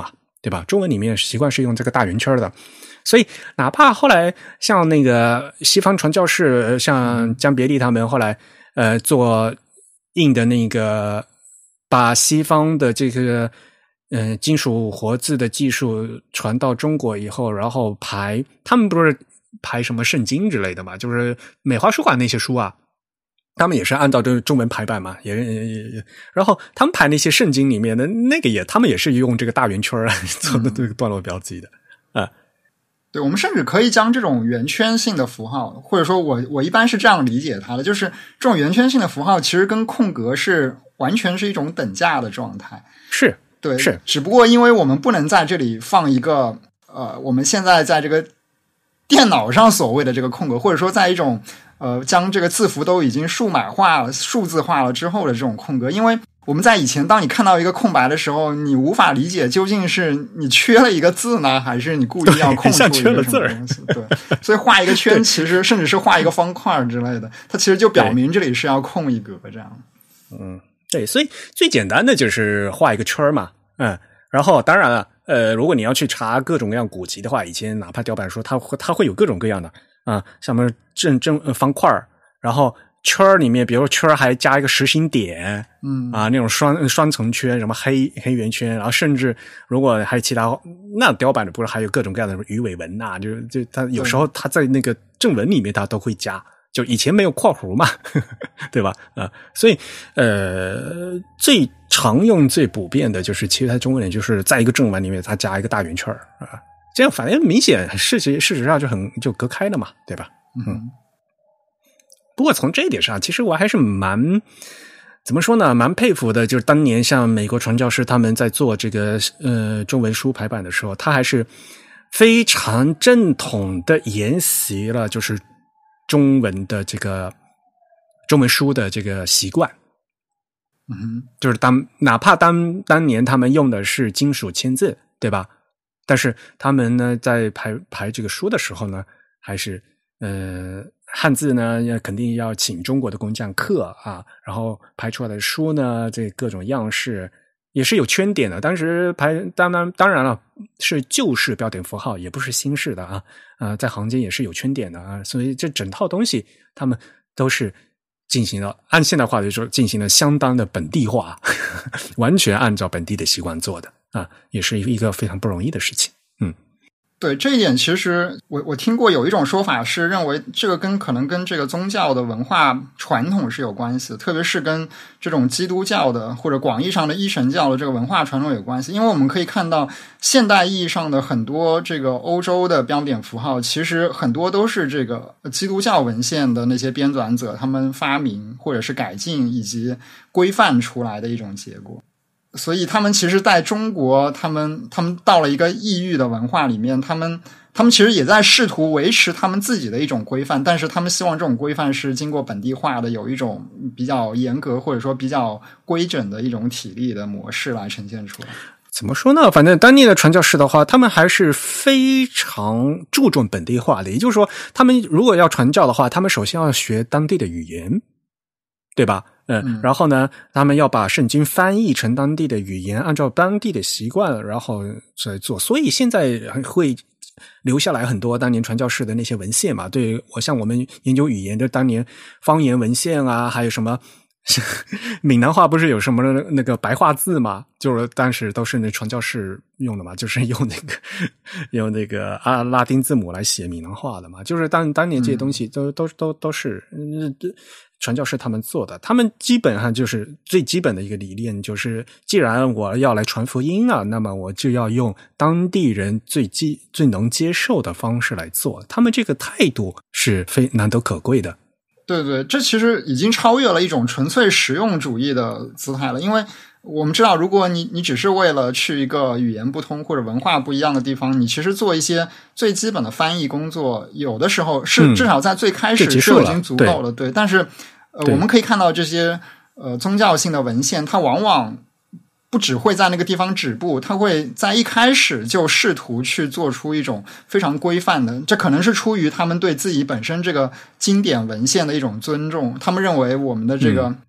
对吧？中文里面习惯是用这个大圆圈的。所以哪怕后来像那个西方传教士，像江别利他们后来呃做印的那个，把西方的这个呃金属活字的技术传到中国以后，然后排他们不是排什么圣经之类的嘛，就是美华书馆那些书啊，他们也是按照这个中文排版嘛，也也也，然后他们排那些圣经里面的那个也，他们也是用这个大圆圈啊做的这个段落标记的啊。 对，我们甚至可以将这种圆圈性的符号，或者说我我一般是这样理解它的，就是这种圆圈性的符号其实跟空格是完全是一种等价的状态。 是， 对， 是， 只不过因为我们不能在这里放一个呃，我们现在在这个电脑上所谓的这个空格，或者说在一种呃将这个字符都已经数码化了、数字化了之后的这种空格，因为我们在以前，当你看到一个空白的时候，你无法理解究竟是你缺了一个字呢，还是你故意要空出一个什么东西？对，所以画一个圈，其实甚至是画一个方块之类的，它其实就表明这里是要空一格这样。 嗯，对，所以最简单的就是画一个圈嘛，嗯，然后当然了，呃，如果你要去查各种各样古籍的话，以前哪怕雕版书，它会它会有各种各样的啊，像什么正正方块，然后。圈里面，比如圈还加一个实心点， 嗯啊，那种双双层圈，什么黑黑圆圈，然后甚至如果还有其他，那雕版的不是还有各种各样的鱼尾纹呐、啊？就就它有时候它在那个正文里面它都会加，就以前没有括弧嘛，呵呵对吧？啊，所以呃，最常用、最普遍的就是，其实它中文里就是在一个正文里面它加一个大圆圈啊，这样反正明显事实事实上就很就隔开了嘛，对吧？嗯。不过从这一点上，其实我还是蛮怎么说呢，蛮佩服的。就是当年像美国传教士他们在做这个呃中文书排版的时候，他还是非常正统的沿袭了就是中文的这个中文书的这个习惯。 嗯， 就是当哪怕当当年他们用的是金属签字，对吧？但是他们呢在排排这个书的时候呢，还是呃。汉字呢，肯定要请中国的工匠刻啊，然后排出来的书呢，这各种样式也是有圈点的。当时排当然当然了，是旧式标点符号，也不是新式的啊。呃，在行间也是有圈点的啊，所以这整套东西他们都是进行了，按现代话来说，进行了相当的本地化，呵呵完全按照本地的习惯做的啊，也是一个非常不容易的事情。嗯。 对，这一点其实我我听过有一种说法是认为这个跟可能跟这个宗教的文化传统是有关系的，特别是跟这种基督教的或者广义上的一神教的这个文化传统有关系。因为我们可以看到现代意义上的很多这个欧洲的标点符号，其实很多都是这个基督教文献的那些编纂者他们发明或者是改进以及规范出来的一种结果。所以他们其实在中国，他们他们到了一个异域的文化里面，他们他们其实也在试图维持他们自己的一种规范，但是他们希望这种规范是经过本地化的，有一种比较严格或者说比较规整的一种体力的模式来呈现出来。 怎么说呢？反正当地的传教士的话，他们还是非常注重本地化的。也就是说，他们如果要传教的话，他们首先要学当地的语言，对吧？嗯， 嗯然后呢，他们要把圣经翻译成当地的语言，按照当地的习惯，然后再做。所以现在会留下来很多当年传教士的那些文献嘛。对，我像我们研究语言的当年方言文献啊，还有什么闽南话不是有什么那个白话字嘛？就是当时都是那传教士用的嘛，就是用那个用那个啊拉丁字母来写闽南话的嘛。就是当当年这些东西都、嗯、都都都是嗯。传教士他们做的，他们基本上就是最基本的一个理念，就是既然我要来传福音啊，那么我就要用当地人最基最能接受的方式来做。他们这个态度是非难得可贵的。 对对，这其实已经超越了一种纯粹实用主义的姿态了。因为我们知道，如果你你只是为了去一个语言不通或者文化不一样的地方，你其实做一些最基本的翻译工作，有的时候是、嗯、至少在最开始是已经足够了。对，但是呃，我们可以看到这些呃宗教性的文献，它往往不只会在那个地方止步，它会在一开始就试图去做出一种非常规范的，这可能是出于他们对自己本身这个经典文献的一种尊重。他们认为我们的这个、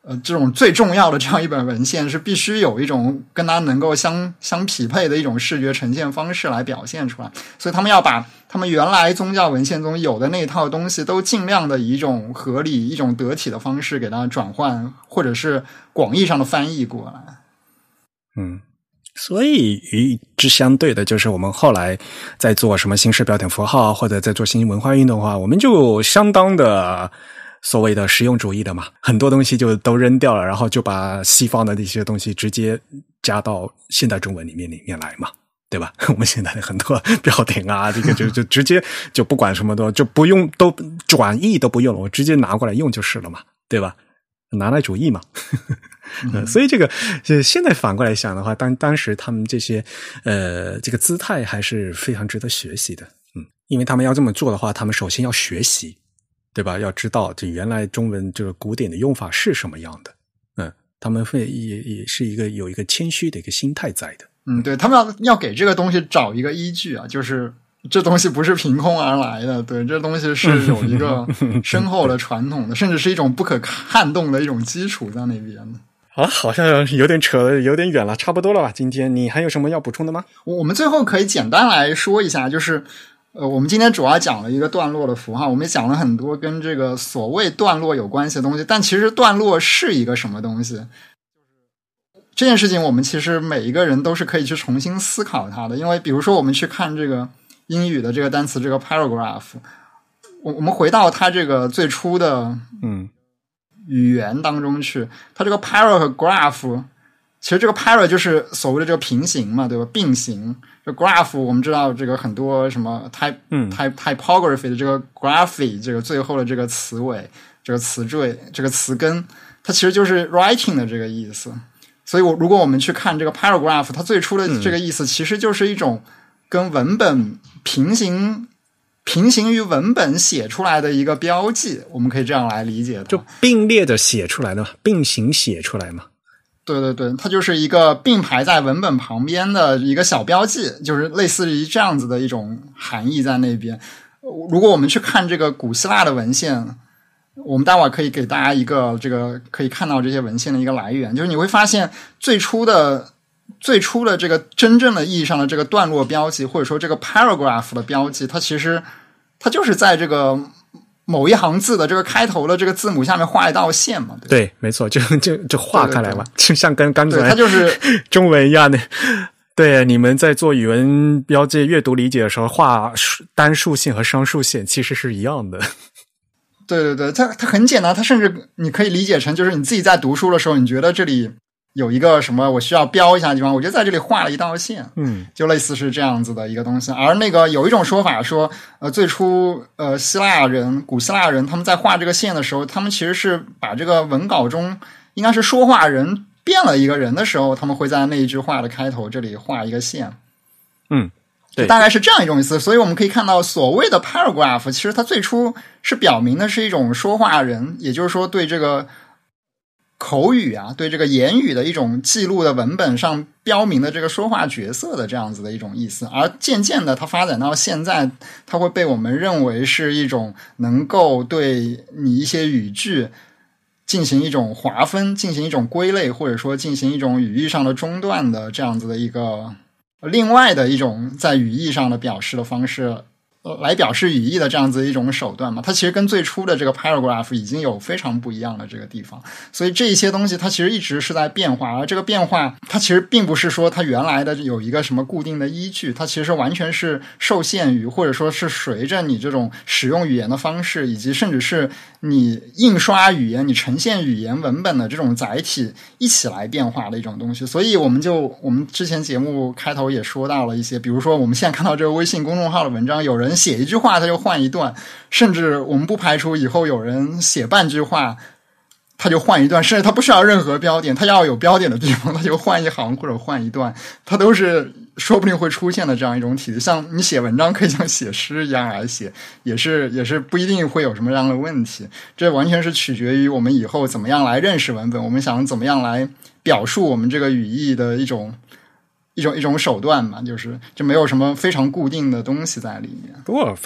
呃，这种最重要的这样一本文献是必须有一种跟它能够相相匹配的一种视觉呈现方式来表现出来，所以他们要把他们原来宗教文献中有的那一套东西都尽量的以一种合理、一种得体的方式给它转换，或者是广义上的翻译过来。 嗯，所以与之相对的就是我们后来在做什么新式标点符号或者在做新文化运动的话，我们就相当的所谓的实用主义的嘛，很多东西就都扔掉了，然后就把西方的那些东西直接加到现代中文里面里面来嘛，对吧？我们现在的很多标点啊，这个就就直接就不管什么都就不用，都转译都不用了，我直接拿过来用就是了嘛，对吧？拿来主义嘛。嗯、所以这个现在反过来想的话，当当时他们这些呃这个姿态还是非常值得学习的。嗯，因为他们要这么做的话，他们首先要学习。对吧？要知道这原来中文这个古典的用法是什么样的，嗯，他们会也也是一个有一个谦虚的一个心态在的， 嗯，对，他们要要给这个东西找一个依据啊，就是这东西不是凭空而来的，对，这东西是有一个深厚的传统的，甚至是一种不可撼动的一种基础在那边的。 啊，好像有点扯得有点远了，差不多了吧？今天你还有什么要补充的吗？ 我们最后可以简单来说一下，就是。呃，我们今天主要讲了一个段落的符号，我们也讲了很多跟这个所谓段落有关系的东西，但其实段落是一个什么东西？这件事情我们其实每一个人都是可以去重新思考它的，因为比如说我们去看这个英语的这个单词这个 paragraph， 我我们回到它这个最初的嗯语言当中去，它这个 para 和 graph， 其实这个 para 就是所谓的这个平行嘛，对吧？并行。这 graph 我们知道这个很多什么 type、嗯、type typography 的这个 graphy 这个最后的这个词尾这个词缀这个词根，它其实就是 writing 的这个意思。所以我如果我们去看这个 paragraph， 它最初的这个意思其实就是一种跟文本平行平行于文本写出来的一个标记，我们可以这样来理解的， 就并列着写出来的，并行写出来嘛。 对对对，它就是一个并排在文本旁边的一个小标记，就是类似于这样子的一种含义在那边。如果我们去看这个古希腊的文献，我们待会儿可以给大家一个这个可以看到这些文献的一个来源，就是你会发现最初的最初的这个真正的意义上的这个段落标记，或者说这个 paragraph 的标记，它其实它就是在这个某一行字的这个开头的这个字母下面画一道线嘛，对， 对，没错，就就就画开来嘛，就像跟刚才它就是中文一样的。对，你们在做语文标记阅读理解的时候，画单数线和双数线其实是一样的。 对对对，它它很简单，它甚至你可以理解成就是你自己在读书的时候，你觉得这里有一个什么我需要标一下的地方，我就在这里画了一道线，嗯，就类似是这样子的一个东西。而那个有一种说法说，呃，最初呃希腊人、古希腊人他们在画这个线的时候，他们其实是把这个文稿中应该是说话人变了一个人的时候，他们会在那一句话的开头这里画一个线， 嗯，对， 大概是这样一种意思。所以我们可以看到，所谓的 paragraph 其实它最初是表明的是一种说话人，也就是说对这个口语啊，对这个言语的一种记录的文本上标明的这个说话角色的这样子的一种意思。而渐渐的它发展到现在，它会被我们认为是一种能够对你一些语句进行一种划分，进行一种归类，或者说进行一种语义上的中断的这样子的一个另外的一种在语义上的表示的方式，来表示语义的这样子一种手段嘛，它其实跟最初的这个 paragraph 已经有非常不一样的这个地方，所以这一些东西它其实一直是在变化，而这个变化它其实并不是说它原来的有一个什么固定的依据，它其实完全是受限于或者说是随着你这种使用语言的方式，以及甚至是你印刷语言你呈现语言文本的这种载体一起来变化的一种东西。所以我们就我们之前节目开头也说到了一些，比如说我们现在看到这个微信公众号的文章，有人写一句话他就换一段，甚至我们不排除以后有人写半句话他就换一段，甚至他不需要任何标点，他要有标点的地方他就换一行或者换一段，他都是说不定会出现的这样一种体系。像你写文章可以像写诗一样来写，也是也是不一定会有什么样的问题，这完全是取决于我们以后怎么样来认识文本，我们想怎么样来表述我们这个语义的一种一种一种手段嘛，就是就没有什么非常固定的东西在里面。 不过反正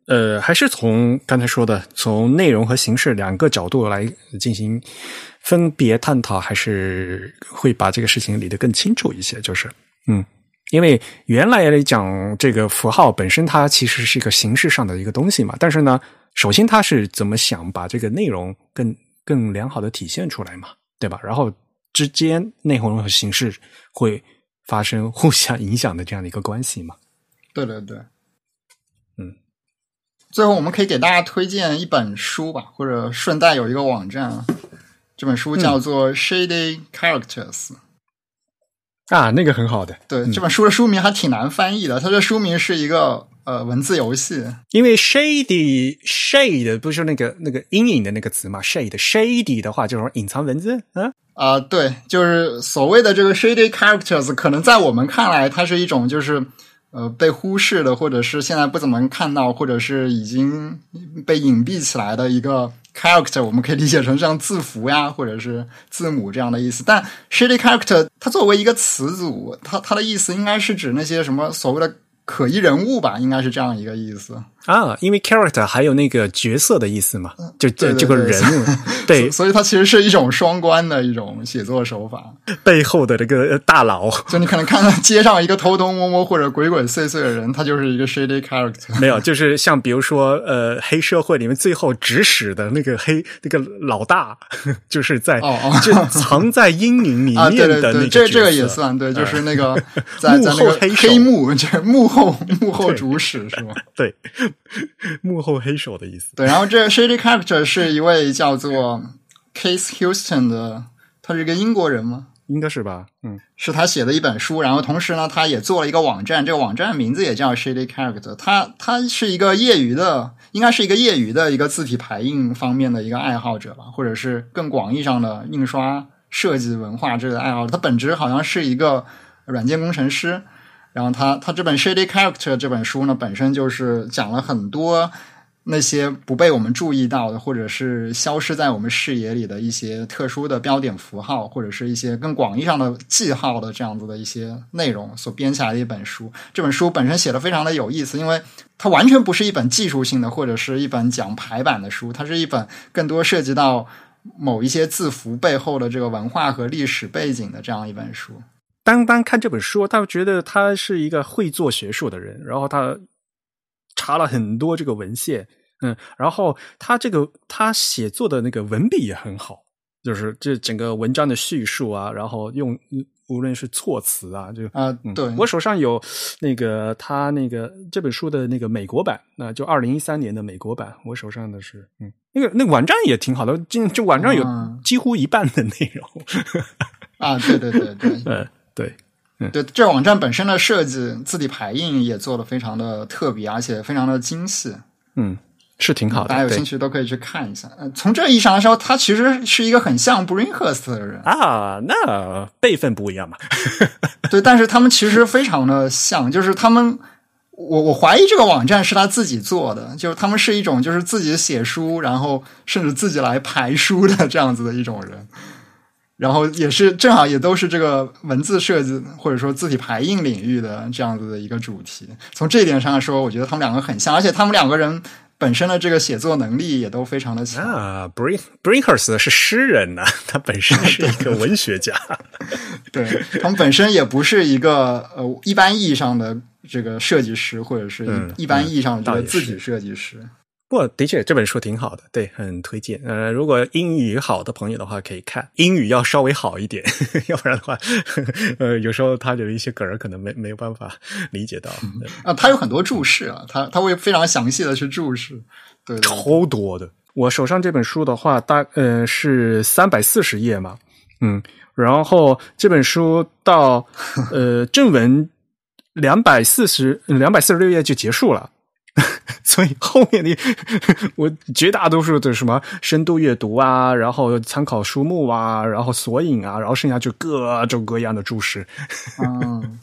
呃，还是从刚才说的，从内容和形式两个角度来进行分别探讨，还是会把这个事情理得更清楚一些。就是，嗯，因为原来来讲，这个符号本身它其实是一个形式上的一个东西嘛，但是呢，首先它是怎么想把这个内容更更良好的体现出来嘛，对吧？然后之间内容和形式会发生互相影响的这样的一个关系嘛。 对对对。 嗯， 最后我们可以给大家推荐一本书吧，或者顺带有一个网站，这本书叫做 Shady Characters、嗯、 啊，那个很好的。 对、 嗯、 这本书的书名还挺难翻译的，它的书名是一个呃文字游戏， 因为 shady shade 不是那个那个阴影的那个词嘛， shade shady 的话就是隐藏文字。嗯啊、呃，对，就是所谓的这个 shady characters 可能在我们看来它是一种就是呃，被忽视的，或者是现在不怎么看到，或者是已经被隐蔽起来的一个 character， 我们可以理解成像字符呀，或者是字母这样的意思。但 shady character 它作为一个词组，它它的意思应该是指那些什么所谓的可疑人物吧，应该是这样一个意思啊。因为 character 还有那个角色的意思嘛，就对对对这个人物，对， 所以它其实是一种双关的一种写作手法。 背后的这个大佬， 就你可能看到街上一个偷偷摸摸或者鬼鬼祟祟的人，他就是一个 shady character。 没有，就是像比如说呃，黑社会里面最后指使的那个黑那个老大，就是在哦哦， 就藏在阴影里面的那个、啊、对对对， 这这个也算对，就是那个在在那个黑幕，这幕后幕后主使是吧？ 对，幕后黑手的意思。 对，然后这个 shady character 是一位叫做 Case Houston 的，他是一个英国人吗？ 应该是吧，嗯， 是他写的一本书，然后同时呢，他也做了一个网站，这个网站名字也叫 Shady Character。他他是一个业余的，应该是一个业余的一个字体排印方面的一个爱好者吧，或者是更广义上的印刷设计文化这个爱好者。他本质好像是一个软件工程师，然后他他这本 Shady Character 这本书呢，本身就是讲了很多那些不被我们注意到的，或者是消失在我们视野里的一些特殊的标点符号，或者是一些更广义上的记号的这样子的一些内容所编下来的一本书。这本书本身写得非常的有意思，因为它完全不是一本技术性的或者是一本讲排版的书，它是一本更多涉及到某一些字符背后的这个文化和历史背景的这样一本书。 单单看这本书，他觉得他是一个会做学术的人，然后他查了很多这个文献，嗯，然后他这个他写作的那个文笔也很好，就是这整个文章的叙述啊，然后用无论是措辞啊，就啊、呃，对、 嗯，我手上有那个他那个这本书的那个美国版，那就二零一三年的美国版，我手上的是嗯，那个那个网站也挺好的，就就网站有几乎一半的内容、 嗯、啊，对对对对， 嗯，对。 嗯，对，这网站本身的设计、字体排印也做得非常的特别，而且非常的精细。 嗯，是挺好的， 大家有兴趣都可以去看一下。呃，从这意义上来说，他其实是一个很像 Brinkhurst 的人啊，那辈分不一样嘛。 对，但是他们其实非常的像，就是他们，我我怀疑这个网站是他自己做的，就是他们是一种就是自己写书，然后甚至自己来排书的这样子的一种人。然后也是正好也都是这个文字设计或者说字体排印领域的这样子的一个主题。从这一点上来说，我觉得他们两个很像，而且他们两个人本身的这个写作能力也都非常的强啊。Brink Brinkhurst 是诗人呐、啊，他本身是一个文学家。 对，他们本身也不是一个呃一般意义上的这个设计师，或者是一般意义上的这个字体设计师。嗯嗯不过的确这本书挺好的，对，很推荐。呃，如果英语好的朋友的话可以看，英语要稍微好一点，要不然的话，呃，有时候他有一些梗儿可能没没有办法理解到。 嗯、啊，他有很多注释啊，他他会非常详细的去注释，对, 对, 对， 超多的。我手上这本书的话，大呃是三百四十页嘛，嗯，然后这本书到呃正文两百四十两百四十六页就结束了。所以后面的我绝大多数的什么深度阅读啊，然后参考书目啊，然后索引啊，然后剩下就各种各样的注释。 嗯，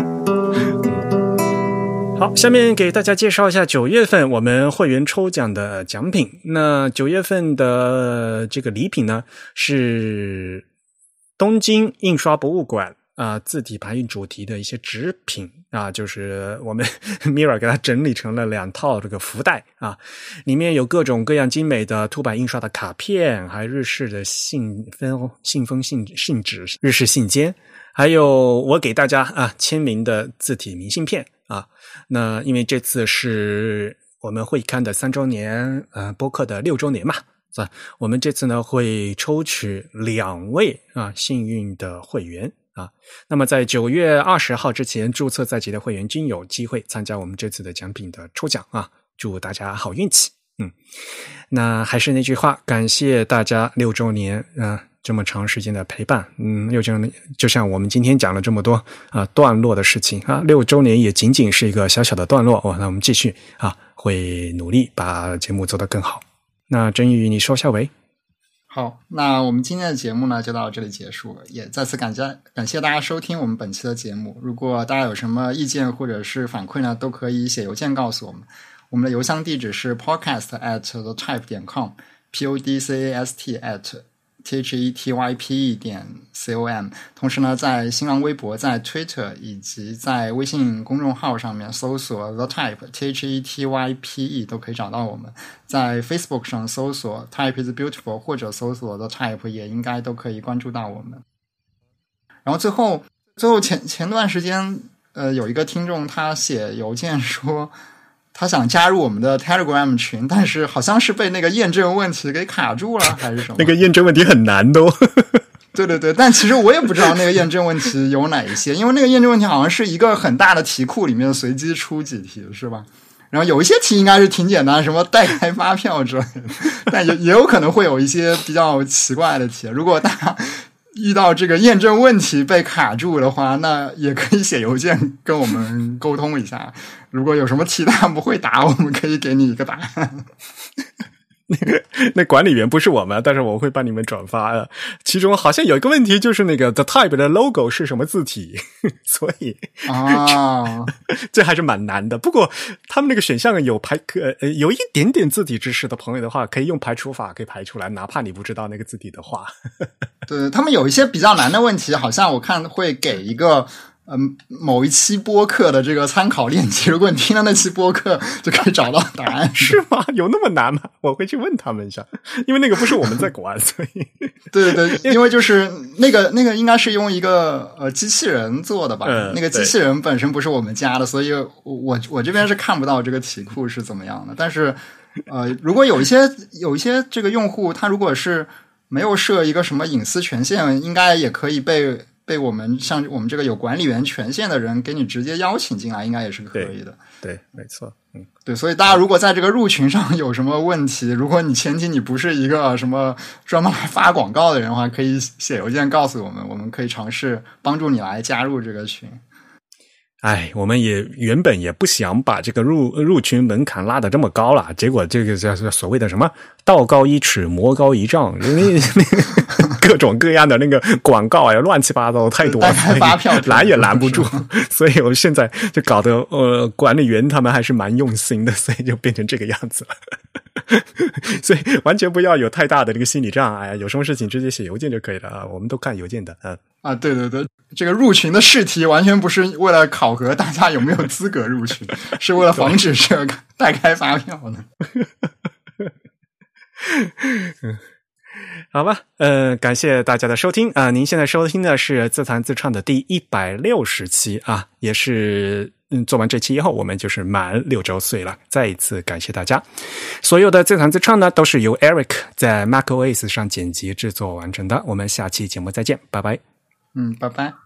好，下面给大家介绍一下九月份我们会员抽奖的奖品。那九月份的这个礼品呢，是东京印刷博物馆啊、呃、字体排印主题的一些纸品啊，就是我们 Mira 给它整理成了两套这个福袋啊，里面有各种各样精美的凸版印刷的卡片，还有日式的信封、信封、信信纸、日式信笺，还有我给大家啊签名的字体明信片啊。那因为这次是我们会刊的三周年，呃，播客的六周年嘛，是吧？我们这次呢会抽取两位啊幸运的会员啊。那么在九月二十号之前注册在籍的会员均有机会参加我们这次的奖品的抽奖啊！祝大家好运气。嗯，那还是那句话，感谢大家六周年啊、呃、这么长时间的陪伴。嗯，六周年就像我们今天讲了这么多啊、呃、段落的事情啊，六周年也仅仅是一个小小的段落哦。那我们继续啊，会努力把节目做得更好。那真宇，你收下尾。 好，那我们今天的节目呢就到这里结束了，也再次感谢感谢大家收听我们本期的节目。如果大家有什么意见或者是反馈呢，都可以写邮件告诉我们。我们的邮箱地址是 podcast at the type 点 com p o d c a s t at t h e t y p e 点 c o m。 同时呢，在新浪微博、在 Twitter 以及在微信公众号上面搜索 The Type T H E T Y P E 都可以找到我们。在 Facebook 上搜索 Type is Beautiful 或者搜索 The Type 也应该都可以关注到我们。然后最后最后前前段时间呃有一个听众他写邮件说他想加入我们的 Telegram 群，但是好像是被那个验证问题给卡住了还是什么。 那个验证问题很难的哦。 对对对，但其实我也不知道那个验证问题有哪一些，因为那个验证问题好像是一个很大的题库里面随机出几题是吧，然后有一些题应该是挺简单，什么代开发票之类的，但也也有可能会有一些比较奇怪的题。如果大家遇到这个验证问题被卡住的话，那也可以写邮件跟我们沟通一下。如果有什么题大家不会答，我们可以给你一个答案。 那个那管理员不是我们，但是我会帮你们转发的。其中好像有一个问题，就是那个 The Type 的 logo 是什么字体，所以啊， 这还是蛮难的。不过他们那个选项有排呃有一点点字体知识的朋友的话，可以用排除法可以排出来，哪怕你不知道那个字体的话。 对，他们有一些比较难的问题，好像我看会给一个嗯，某一期播客的这个参考链接，如果你听到那期播客就可以找到答案。 是吗？有那么难吗？我会去问他们一下，因为那个不是我们在管，所以对对对，因为就是那个那个应该是用一个呃机器人做的吧、嗯、那个机器人本身不是我们家的，所以我我这边是看不到这个题库是怎么样的。但是呃，如果有一些有一些这个用户他如果是没有设一个什么隐私权限，应该也可以被被我们像我们这个有管理员权限的人给你直接邀请进来，应该也是可以的。 对，对没错。嗯， 对，所以大家如果在这个入群上有什么问题，如果你前提你不是一个什么专门来发广告的人的话，可以写邮件告诉我们，我们可以尝试帮助你来加入这个群。 哎，我们也原本也不想把这个入入群门槛拉得这么高了，结果这个叫所谓的什么道高一尺魔高一丈，因为那个各种各样的那个广告啊，乱七八糟太多了， 发票拦也拦不住，所以我现在就搞得呃管理员他们还是蛮用心的，所以就变成这个样子了。所以完全不要有太大的这个心理障碍，有什么事情直接写邮件就可以了啊，我们都看邮件的啊。 啊，对对对，这个入群的试题完全不是为了考核大家有没有资格入群，是为了防止这个代开发票的。 好吧，呃，感谢大家的收听啊、呃！您现在收听的是自弹自唱的第一百六十期啊，也是嗯，做完这期以后，我们就是满六周岁了。再一次感谢大家，所有的自弹自唱呢，都是由 Eric 在 macOS 上剪辑制作完成的。我们下期节目再见，拜拜。 嗯，拜拜。